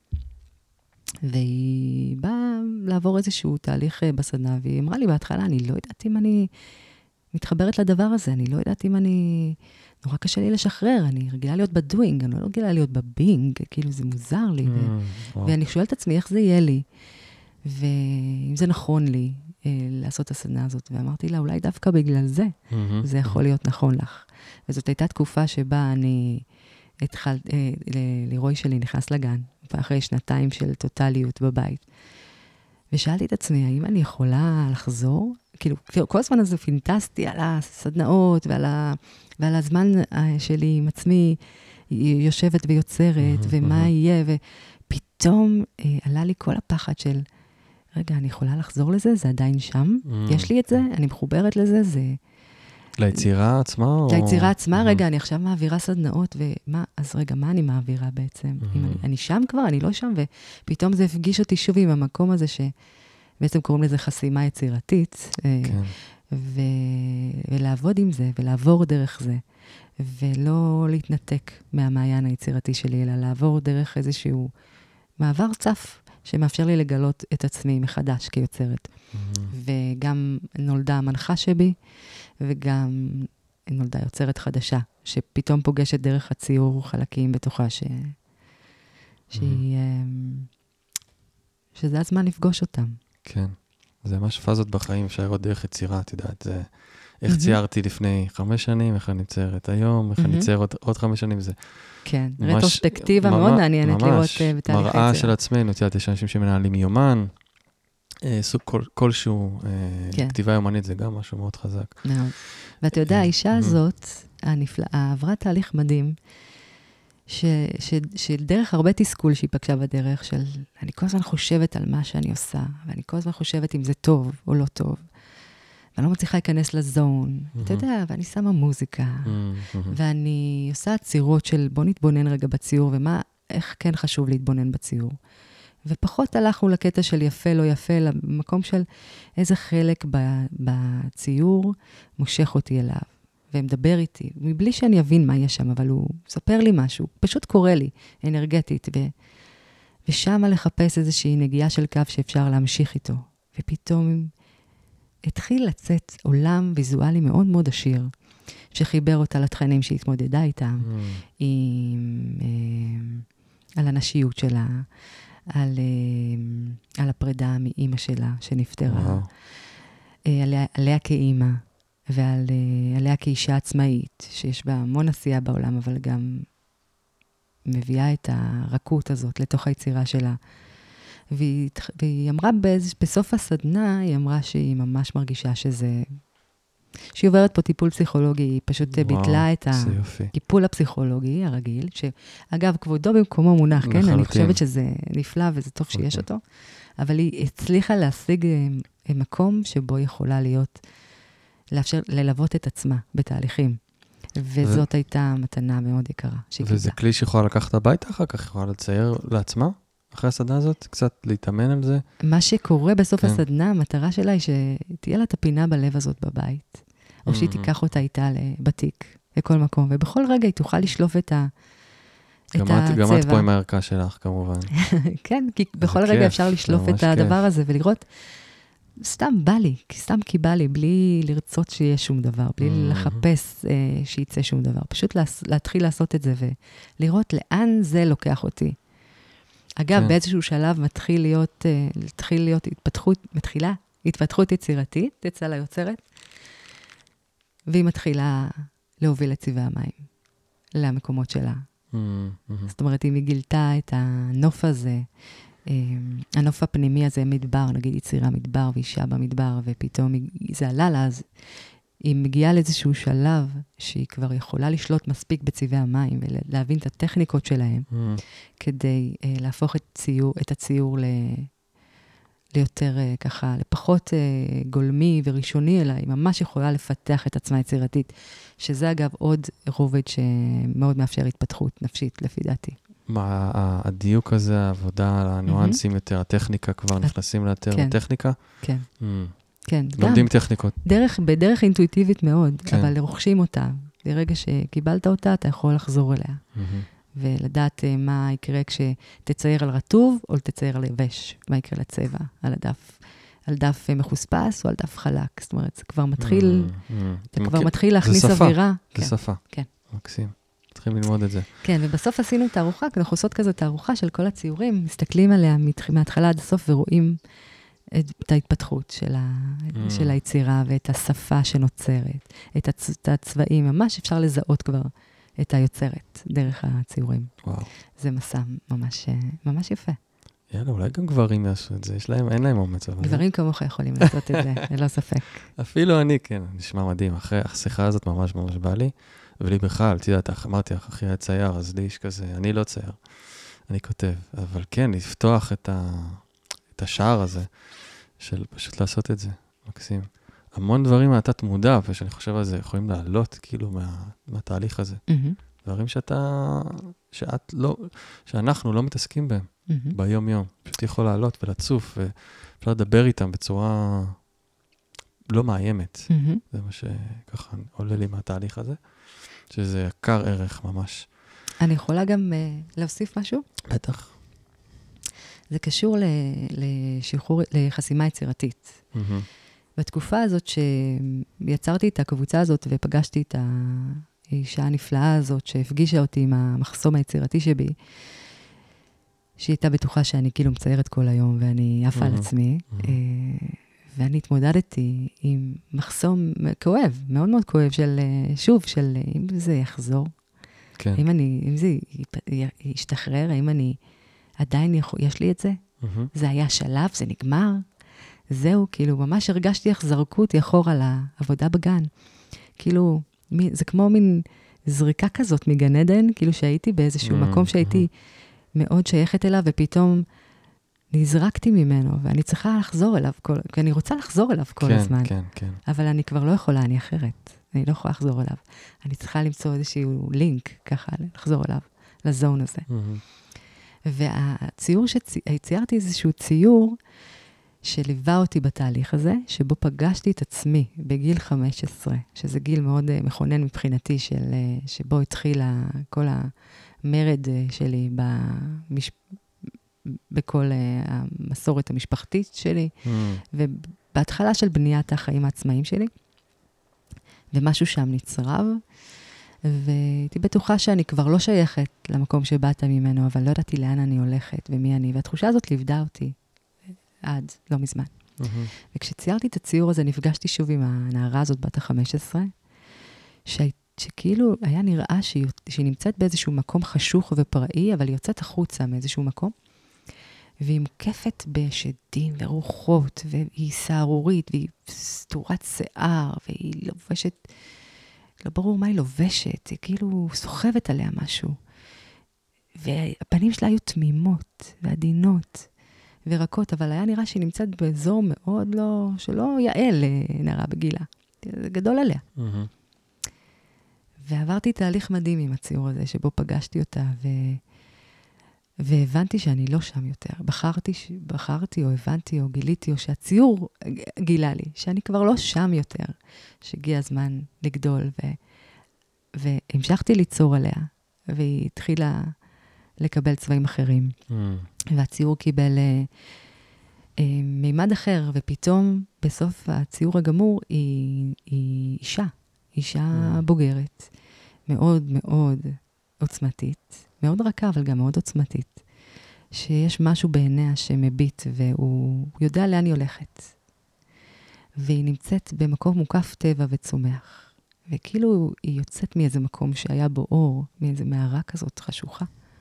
והיא באה לעבור איזשהו תהליך בסדנה, והיא אמרה לי בהתחלה, אני לא יודעת אם אני מתחברת לדבר הזה, אני לא יודעת אם אני... נורא קשה לי לשחרר, אני רגילה להיות בדוינג, אני לא רגילה להיות בבינג, כאילו זה מוזר לי. ו... ואני שואלת את עצמי איך זה יהיה לי, ואם זה נכון לי לעשות את הסדנה הזאת, ואמרתי לה, אולי דווקא בגלל זה, זה יכול להיות נכון לך. וזאת הייתה תקופה שבה אני... התחל, אה, לירוי שלי נכנס לגן, אחרי שנתיים של טוטליות בבית. ושאלתי את עצמי, האם אני יכולה לחזור כאילו, כל הזמן הזה פינטסטי על הסדנאות ועל, ה, ועל הזמן שלי עם עצמי, יושבת ויוצרת, mm-hmm, ומה mm-hmm. יהיה, ופתאום אה, עלה לי כל הפחד של, רגע, אני יכולה לחזור לזה? זה עדיין שם? Mm-hmm. יש לי את זה? אני מחוברת לזה? זה... ליצירה עצמה? ליצירה או... עצמה, mm-hmm. רגע, אני עכשיו מעבירה סדנאות, ומה, אז רגע, מה אני מעבירה בעצם? Mm-hmm. אם אני, אני שם כבר, אני לא שם, ופתאום זה הפגיש אותי שוב עם המקום הזה, שבעצם קוראים לזה חסימה יצירתית, כן. ו... ולעבוד עם זה, ולעבור דרך זה, ולא להתנתק מהמעיין היצירתי שלי, אלא לעבור דרך איזשהו מעבר צף, שמאפשר לי לגלות את עצמי מחדש כיוצרת. Mm-hmm. וגם נולדה המנחה שבי, וגם נולדה יוצרת חדשה, שפתאום פוגשת דרך הציור חלקים בתוכה, ש... שהיא... שזה הזמן לפגוש אותם. כן. זה ממש פאזות בחיים, אפשר לראות דרך יצירה, את יודעת, זה... איך ציירתי לפני חמש שנים, איך אני ציירת היום, איך אני צייר עוד חמש שנים, זה... כן, רטרוספקטיבה מאוד מעניינת לראות בתהליך היצירה. מראה של עצמנו, את יודעת, יש אנשים שמנהלים יומן, סוג כלשהו, כתיבה יומנית, זה גם משהו מאוד חזק. מאוד. ואתה יודע, האישה הזאת, הנפלאה, עברה תהליך מדהים, שדרך הרבה תסכול שהיא פגשה בדרך, של אני כל הזמן חושבת על מה שאני עושה, ואני כל הזמן חושבת אם זה טוב או לא טוב, ואני לא מצליחה להיכנס לזון, אתה יודע, ואני שמה מוזיקה, ואני עושה צירות של בוא נתבונן רגע בציור, ומה, איך כן חשוב להתבונן בציור. ופחות הלכנו לקטע של יפה, לא יפה, למקום של איזה חלק בציור מושך אותי אליו, ומדבר איתי, מבלי שאני אבין מה יש שם, אבל הוא מספר לי משהו, פשוט קורא לי, אנרגטית, ו... ושם לחפש איזושהי נגיעה של קו שאפשר להמשיך איתו. ופתאום התחיל לצאת עולם ויזואלי מאוד מאוד עשיר, שחיבר אותה לתכנים שהתמודדה איתם, mm. עם, אה, על הנשיות שלה, על, אה, על הפרידה מאמא שלה שנפטרה, wow. אה, עליה, עליה כאמא, ועליה כאישה עצמאית, שיש בה המון עשייה בעולם, אבל גם מביאה את הרכות הזאת לתוך היצירה שלה. והיא, והיא אמרה באיז, בסוף הסדנה, היא אמרה שהיא ממש מרגישה שזה, שהיא עוברת פה טיפול פסיכולוגי, היא פשוט וואו, ביטלה את הטיפול הפסיכולוגי הרגיל, שאגב, כבודו במקומו מונח, כן? אני חושבת שזה נפלא וזה טוב שיש אותו, אבל היא הצליחה להשיג מקום שבו יכולה להיות, לאפשר, ללוות את עצמה בתהליכים. וזאת ו... הייתה מתנה מאוד יקרה. וזה כלי שיכולה לקחת הביתה אחר כך, יכולה לצייר לעצמה, אחרי הסדנה הזאת, קצת להתאמן על זה. מה שקורה בסוף כן. הסדנה, המטרה שלה היא שתהיה לה את הפינה בלב הזאת בבית, או שהיא תיקח אותה איתה לבתיק, לכל מקום, ובכל רגע היא תוכל לשלוף את, ה... את הצבע. גם את פה עם הערכה שלך, כמובן. כן, כי בכל רגע כיף, אפשר לשלוף את הדבר הזה, ולראות, סתם בא לי, סתם כי בא לי, בלי לרצות שיהיה שום דבר, בלי mm-hmm. לחפש אה, שיצא שום דבר. פשוט לה, להתחיל לעשות את זה, ולראות לאן זה לוקח אותי. אגב, כן. באיזשהו שלב מתחיל להיות, אה, מתחיל להיות התפתחות, מתחילה התפתחות יצירתית, אצל היוצרת, והיא מתחילה להוביל את צבעי המים, למקומות שלה. Mm-hmm. זאת אומרת, אם היא גילתה את הנוף הזה, הנוף הפנימי הזה, מדבר, נגיד יצירה מדבר ואישה במדבר, ופתאום זה עלה לה, אז היא מגיעה לאיזשהו שלב שהיא כבר יכולה לשלוט מספיק בצבעי המים, ולהבין את הטכניקות שלהם, mm. כדי uh, להפוך את, ציור, את הציור ל, ליותר uh, ככה, לפחות uh, גולמי וראשוני, אלא היא ממש יכולה לפתח את עצמה יצירתית, שזה אגב עוד רובד שמאוד מאפשר התפתחות נפשית, לפי דעתי. מה, הדיוק הזה, העבודה, הנואנסים יותר, הטכניקה כבר נכנסים ליותר הטכניקה? כן, כן. לומדים טכניקות. בדרך אינטואיטיבית מאוד, אבל רוכשים אותה. ברגע שקיבלת אותה, אתה יכול לחזור אליה. ולדעת מה יקרה כשתצייר על רטוב, או תצייר על יבש. מה יקרה לצבע, על הדף. על דף מחוספס, או על דף חלק. זאת אומרת, זה כבר מתחיל, אתה כבר מתחיל להכניס אווירה. זה שפה. כן. מקסים. צריכים ללמוד את זה. כן, ובסוף עשינו תערוכה, כי אנחנו עושות כזו תערוכה של כל הציורים, מסתכלים עליה מההתחלה עד הסוף, ורואים את ההתפתחות של, ה... mm. של היצירה, ואת השפה שנוצרת, את, הצ... את הצבעים, ממש אפשר לזהות כבר את היוצרת, דרך הציורים. וואו. זה מסע ממש, ממש יפה. יאללה, אולי גם גברים יעשו את זה, יש להם, אין להם אומץ. גברים כמוך יכולים לעשות את זה, ללא ספק. אפילו אני, כן, נשמע מדהים. אחרי השיחה הזאת ממש ממש בא לי, ולי בכלל, תדעת, אמרתי לך, אחי היה צייר, אז לי יש כזה, אני לא צייר, אני כותב. אבל כן, לפתוח את, ה, את השער הזה, של פשוט לעשות את זה, מקסים. המון דברים מהתת מודע, ושאני חושב על זה, יכולים לעלות, כאילו, מה, מהתהליך הזה. דברים שאתה, שאת לא, שאנחנו לא מתעסקים בהם, ביום יום. פשוט יכול לעלות ולצוף, ואפשר לדבר איתם בצורה לא מאיימת. זה מה שככה עולה לי מהתהליך הזה, שזה יקר ערך ממש. אני יכולה גם להוסיף משהו? בטח. זה קשור לשחרור, לחסימה יצירתית. בתקופה הזאת שיצרתי את הקבוצה הזאת ופגשתי את האישה הנפלאה הזאת שהפגישה אותי עם המחסום היצירתי שבי, שהיא הייתה בטוחה שאני כאילו מציירת כל היום ואני עפה על עצמי, ואני התמודדתי עם מחסום כואב, מאוד מאוד כואב, של, שוב, של אם זה יחזור, כן. אם אני, אם זה ישתחרר, האם אני עדיין יכול, יש לי את זה? זה היה שלב, זה נגמר? זהו, כאילו, ממש הרגשתי איך זרקו אותי אחורה לעבודה בגן. כאילו, זה כמו מין זריקה כזאת מגן עדן, כאילו שהייתי באיזשהו מקום שהייתי מאוד שייכת אליו, ופתאום נזרקתי ממנו, ואני צריכה לחזור אליו, כל, כי אני רוצה לחזור אליו כל כן, הזמן. כן, כן. אבל אני כבר לא יכולה, אני אחרת. אני לא יכולה לחזור אליו. אני צריכה למצוא איזשהו לינק, ככה, לחזור אליו, לזון הזה. והציור שציירתי איזשהו ציור, שליווה אותי בתהליך הזה, שבו פגשתי את עצמי בגיל חמש עשרה, שזה גיל מאוד uh, מכונן מבחינתי, של, uh, שבו התחילה כל המרד uh, שלי במש... בכל uh, המסורת המשפחתית שלי, mm. ובהתחלה של בניית החיים העצמאיים שלי, ומשהו שם נצרב, והייתי בטוחה שאני כבר לא שייכת למקום שבאת ממנו, אבל לא ידעתי לאן אני הולכת ומי אני, והתחושה הזאת ליוותה אותי. עד לא מזמן. Mm-hmm. וכשציירתי את הציור הזה, נפגשתי שוב עם הנערה הזאת בת ה-חמש עשרה, ש... שכאילו היה נראה שהיא... שהיא נמצאת באיזשהו מקום חשוך ופראי, אבל היא יוצאת החוצה מאיזשהו מקום, והיא מוקפת בשדים ורוחות, והיא סערורית, והיא סתורת שיער, והיא לובשת, לא ברור מה היא לובשת, היא כאילו סוחבת עליה משהו. והפנים שלה היו תמימות ועדינות, ורקות, אבל היה נראה שהיא נמצאת באזור מאוד לא, שלא יעל נערה בגילה. זה גדול עליה. Mm-hmm. ועברתי תהליך מדהים עם הציור הזה, שבו פגשתי אותה, ו... והבנתי שאני לא שם יותר. בחרתי, בחרתי או הבנתי או גיליתי, או שהציור גילה לי, שאני כבר לא שם יותר, שהגיע הזמן לגדול, ו... והמשכתי ליצור עליה, והיא התחילה לקבל צבעים אחרים. Mm. והציור קיבל אה, אה, מימד אחר, ופתאום בסוף הציור הגמור היא, היא אישה, אישה mm. בוגרת, מאוד מאוד עוצמתית, מאוד רכה, אבל גם מאוד עוצמתית, שיש משהו בעיניה שמביט, והוא יודע לאן היא הולכת. והיא נמצאת במקום מוקף טבע וצומח, וכאילו היא יוצאת מאיזה מקום שהיה בו אור, מאיזה מערה כזאת חשוכה.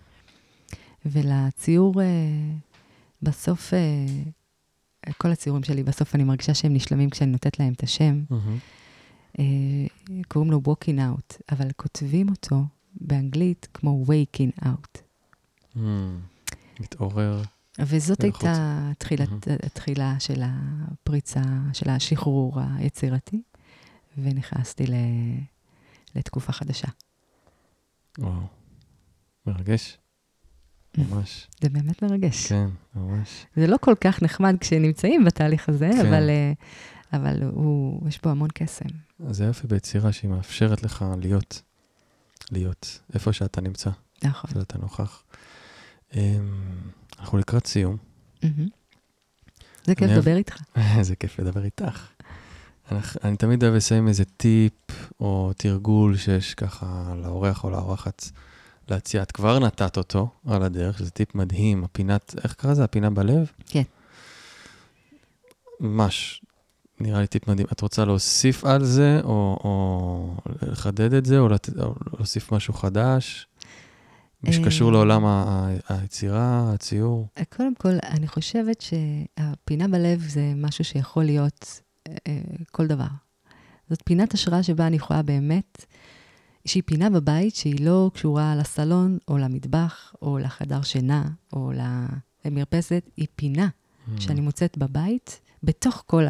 ולציור, בסוף, כל הציורים שלי, בסוף אני מרגישה שהם נשלמים כשאני נותנת להם את השם. Mm-hmm. קוראים לו walking out, אבל כותבים אותו באנגלית כמו waking out. Mm, מתעורר. וזאת הייתה תחילת, mm-hmm. התחילה של הפריצה, של השחרור היצירתי, ונכנסתי ל, לתקופה חדשה. וואו, מרגש. ממש. זה באמת מרגש. כן, ממש. זה לא כל כך נחמד כשנמצאים בתהליך הזה, כן. אבל, אבל הוא, יש בו המון קסם. אז זה יופי ביצירה שהיא מאפשרת לך להיות, להיות איפה שאתה נמצא. נכון. שאתה נוכח. אנחנו לקראת סיום. זה כיף לדבר איתך. זה כיף לדבר איתך. אני תמיד אוהב לסיים איזה טיפ או תרגול שיש ככה לאורח או לאורחת להציע. את כבר נתת אותו על הדרך, שזה טיפ מדהים. הפינת, איך קרא זה? הפינה בלב? כן. ממש, נראה לי טיפ מדהים. את רוצה להוסיף על זה, או, או לחדד את זה, או, לת... או להוסיף משהו חדש? שקשור לעולם היצירה, הציור? קודם כל, אני חושבת שהפינה בלב זה משהו שיכול להיות כל דבר. זאת פינת השראה שבה אני יכולה באמת, שהיא פינה בבית שהיא לא קשורה לסלון, או למטבח, או לחדר שינה, או למרפסת, היא פינה mm. שאני מוצאת בבית, בתוך כל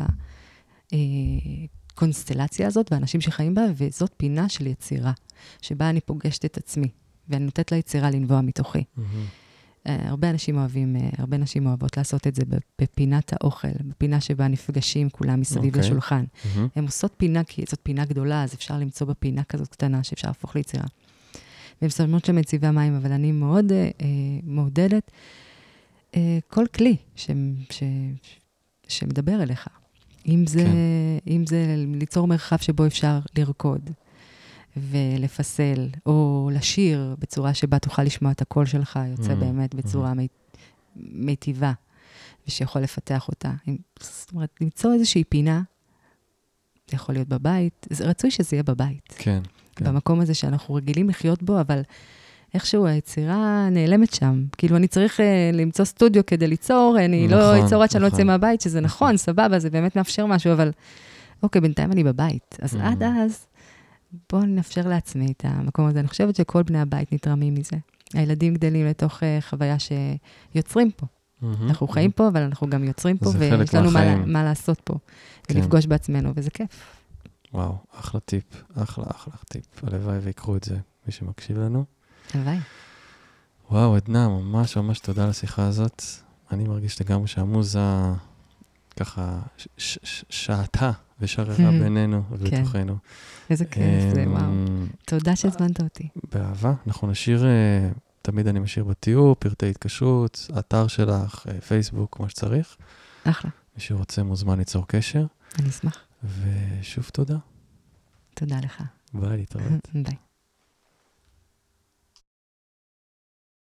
הקונסטלציה הזאת, ואנשים שחיים בה, וזאת פינה של יצירה, שבה אני פוגשת את עצמי, ואני נותנת ליצירה לנבוע מתוכי. Mm-hmm. הרבה אנשים אוהבים, הרבה נשים אוהבות לעשות את זה בפינת האוכל, בפינה שבה נפגשים כולם מסביב okay. לשולחן. Mm-hmm. הן עושות פינה, כי זאת פינה גדולה, אז אפשר למצוא בפינה כזאת קטנה, שאפשר להפוך ליצירה. והן שמות שם את צבעי המים, אבל אני מאוד אה, מעודדת אה, כל כלי ש, ש, ש, שמדבר אליך. אם זה, כן. אם זה ליצור מרחב שבו אפשר לרקוד, ולפסל, או לשיר בצורה שבה תוכל לשמוע את הקול שלך, יוצא mm-hmm. באמת בצורה mm-hmm. מיטיבה, ושיכול לפתח אותה. זאת אומרת, למצוא איזושהי פינה, זה יכול להיות בבית, זה רצוי שזה יהיה בבית. כן, כן. במקום הזה שאנחנו רגילים לחיות בו, אבל איכשהו היצירה נעלמת שם. כאילו, אני צריך uh, למצוא סטודיו כדי ליצור, אני נכון, לא אצור עד שאני לא יוצא מהבית, שזה נכון, נכון, סבבה, זה באמת מאפשר משהו, אבל אוקיי, בינתיים אני בבית. אז mm-hmm. עד אז, בואו נאפשר לעצמי את המקום הזה. אני חושבת שכל בני הבית נתרמים מזה. הילדים גדלים לתוך uh, חוויה שיוצרים פה. Mm-hmm. אנחנו חיים פה, אבל אנחנו גם יוצרים פה, ויש לנו מה, מה לעשות פה, כן. ולפגוש בעצמנו, וזה כיף. וואו, אחלה טיפ, אחלה, אחלה טיפ. הלוואי ויקחו את זה, מי שמקשיב לנו. הלוואי. וואו, עדנה, ממש ממש תודה על השיחה הזאת. אני מרגיש לגמרי שהמוזה ככה ש- ש- ש- שעתה ושררה בינינו ובתוכנו. איזה כיף זה, וואו. תודה שהזמנת אותי. באהבה. אנחנו נשאיר, תמיד אני משאיר בתיאור, פרטי התקשרות, אתר שלך, פייסבוק, מה שצריך. אחלה. מי שרוצה מוזמן ליצור קשר. אני אשמח. ושוב תודה. תודה לך. ביי, להתראות. ביי.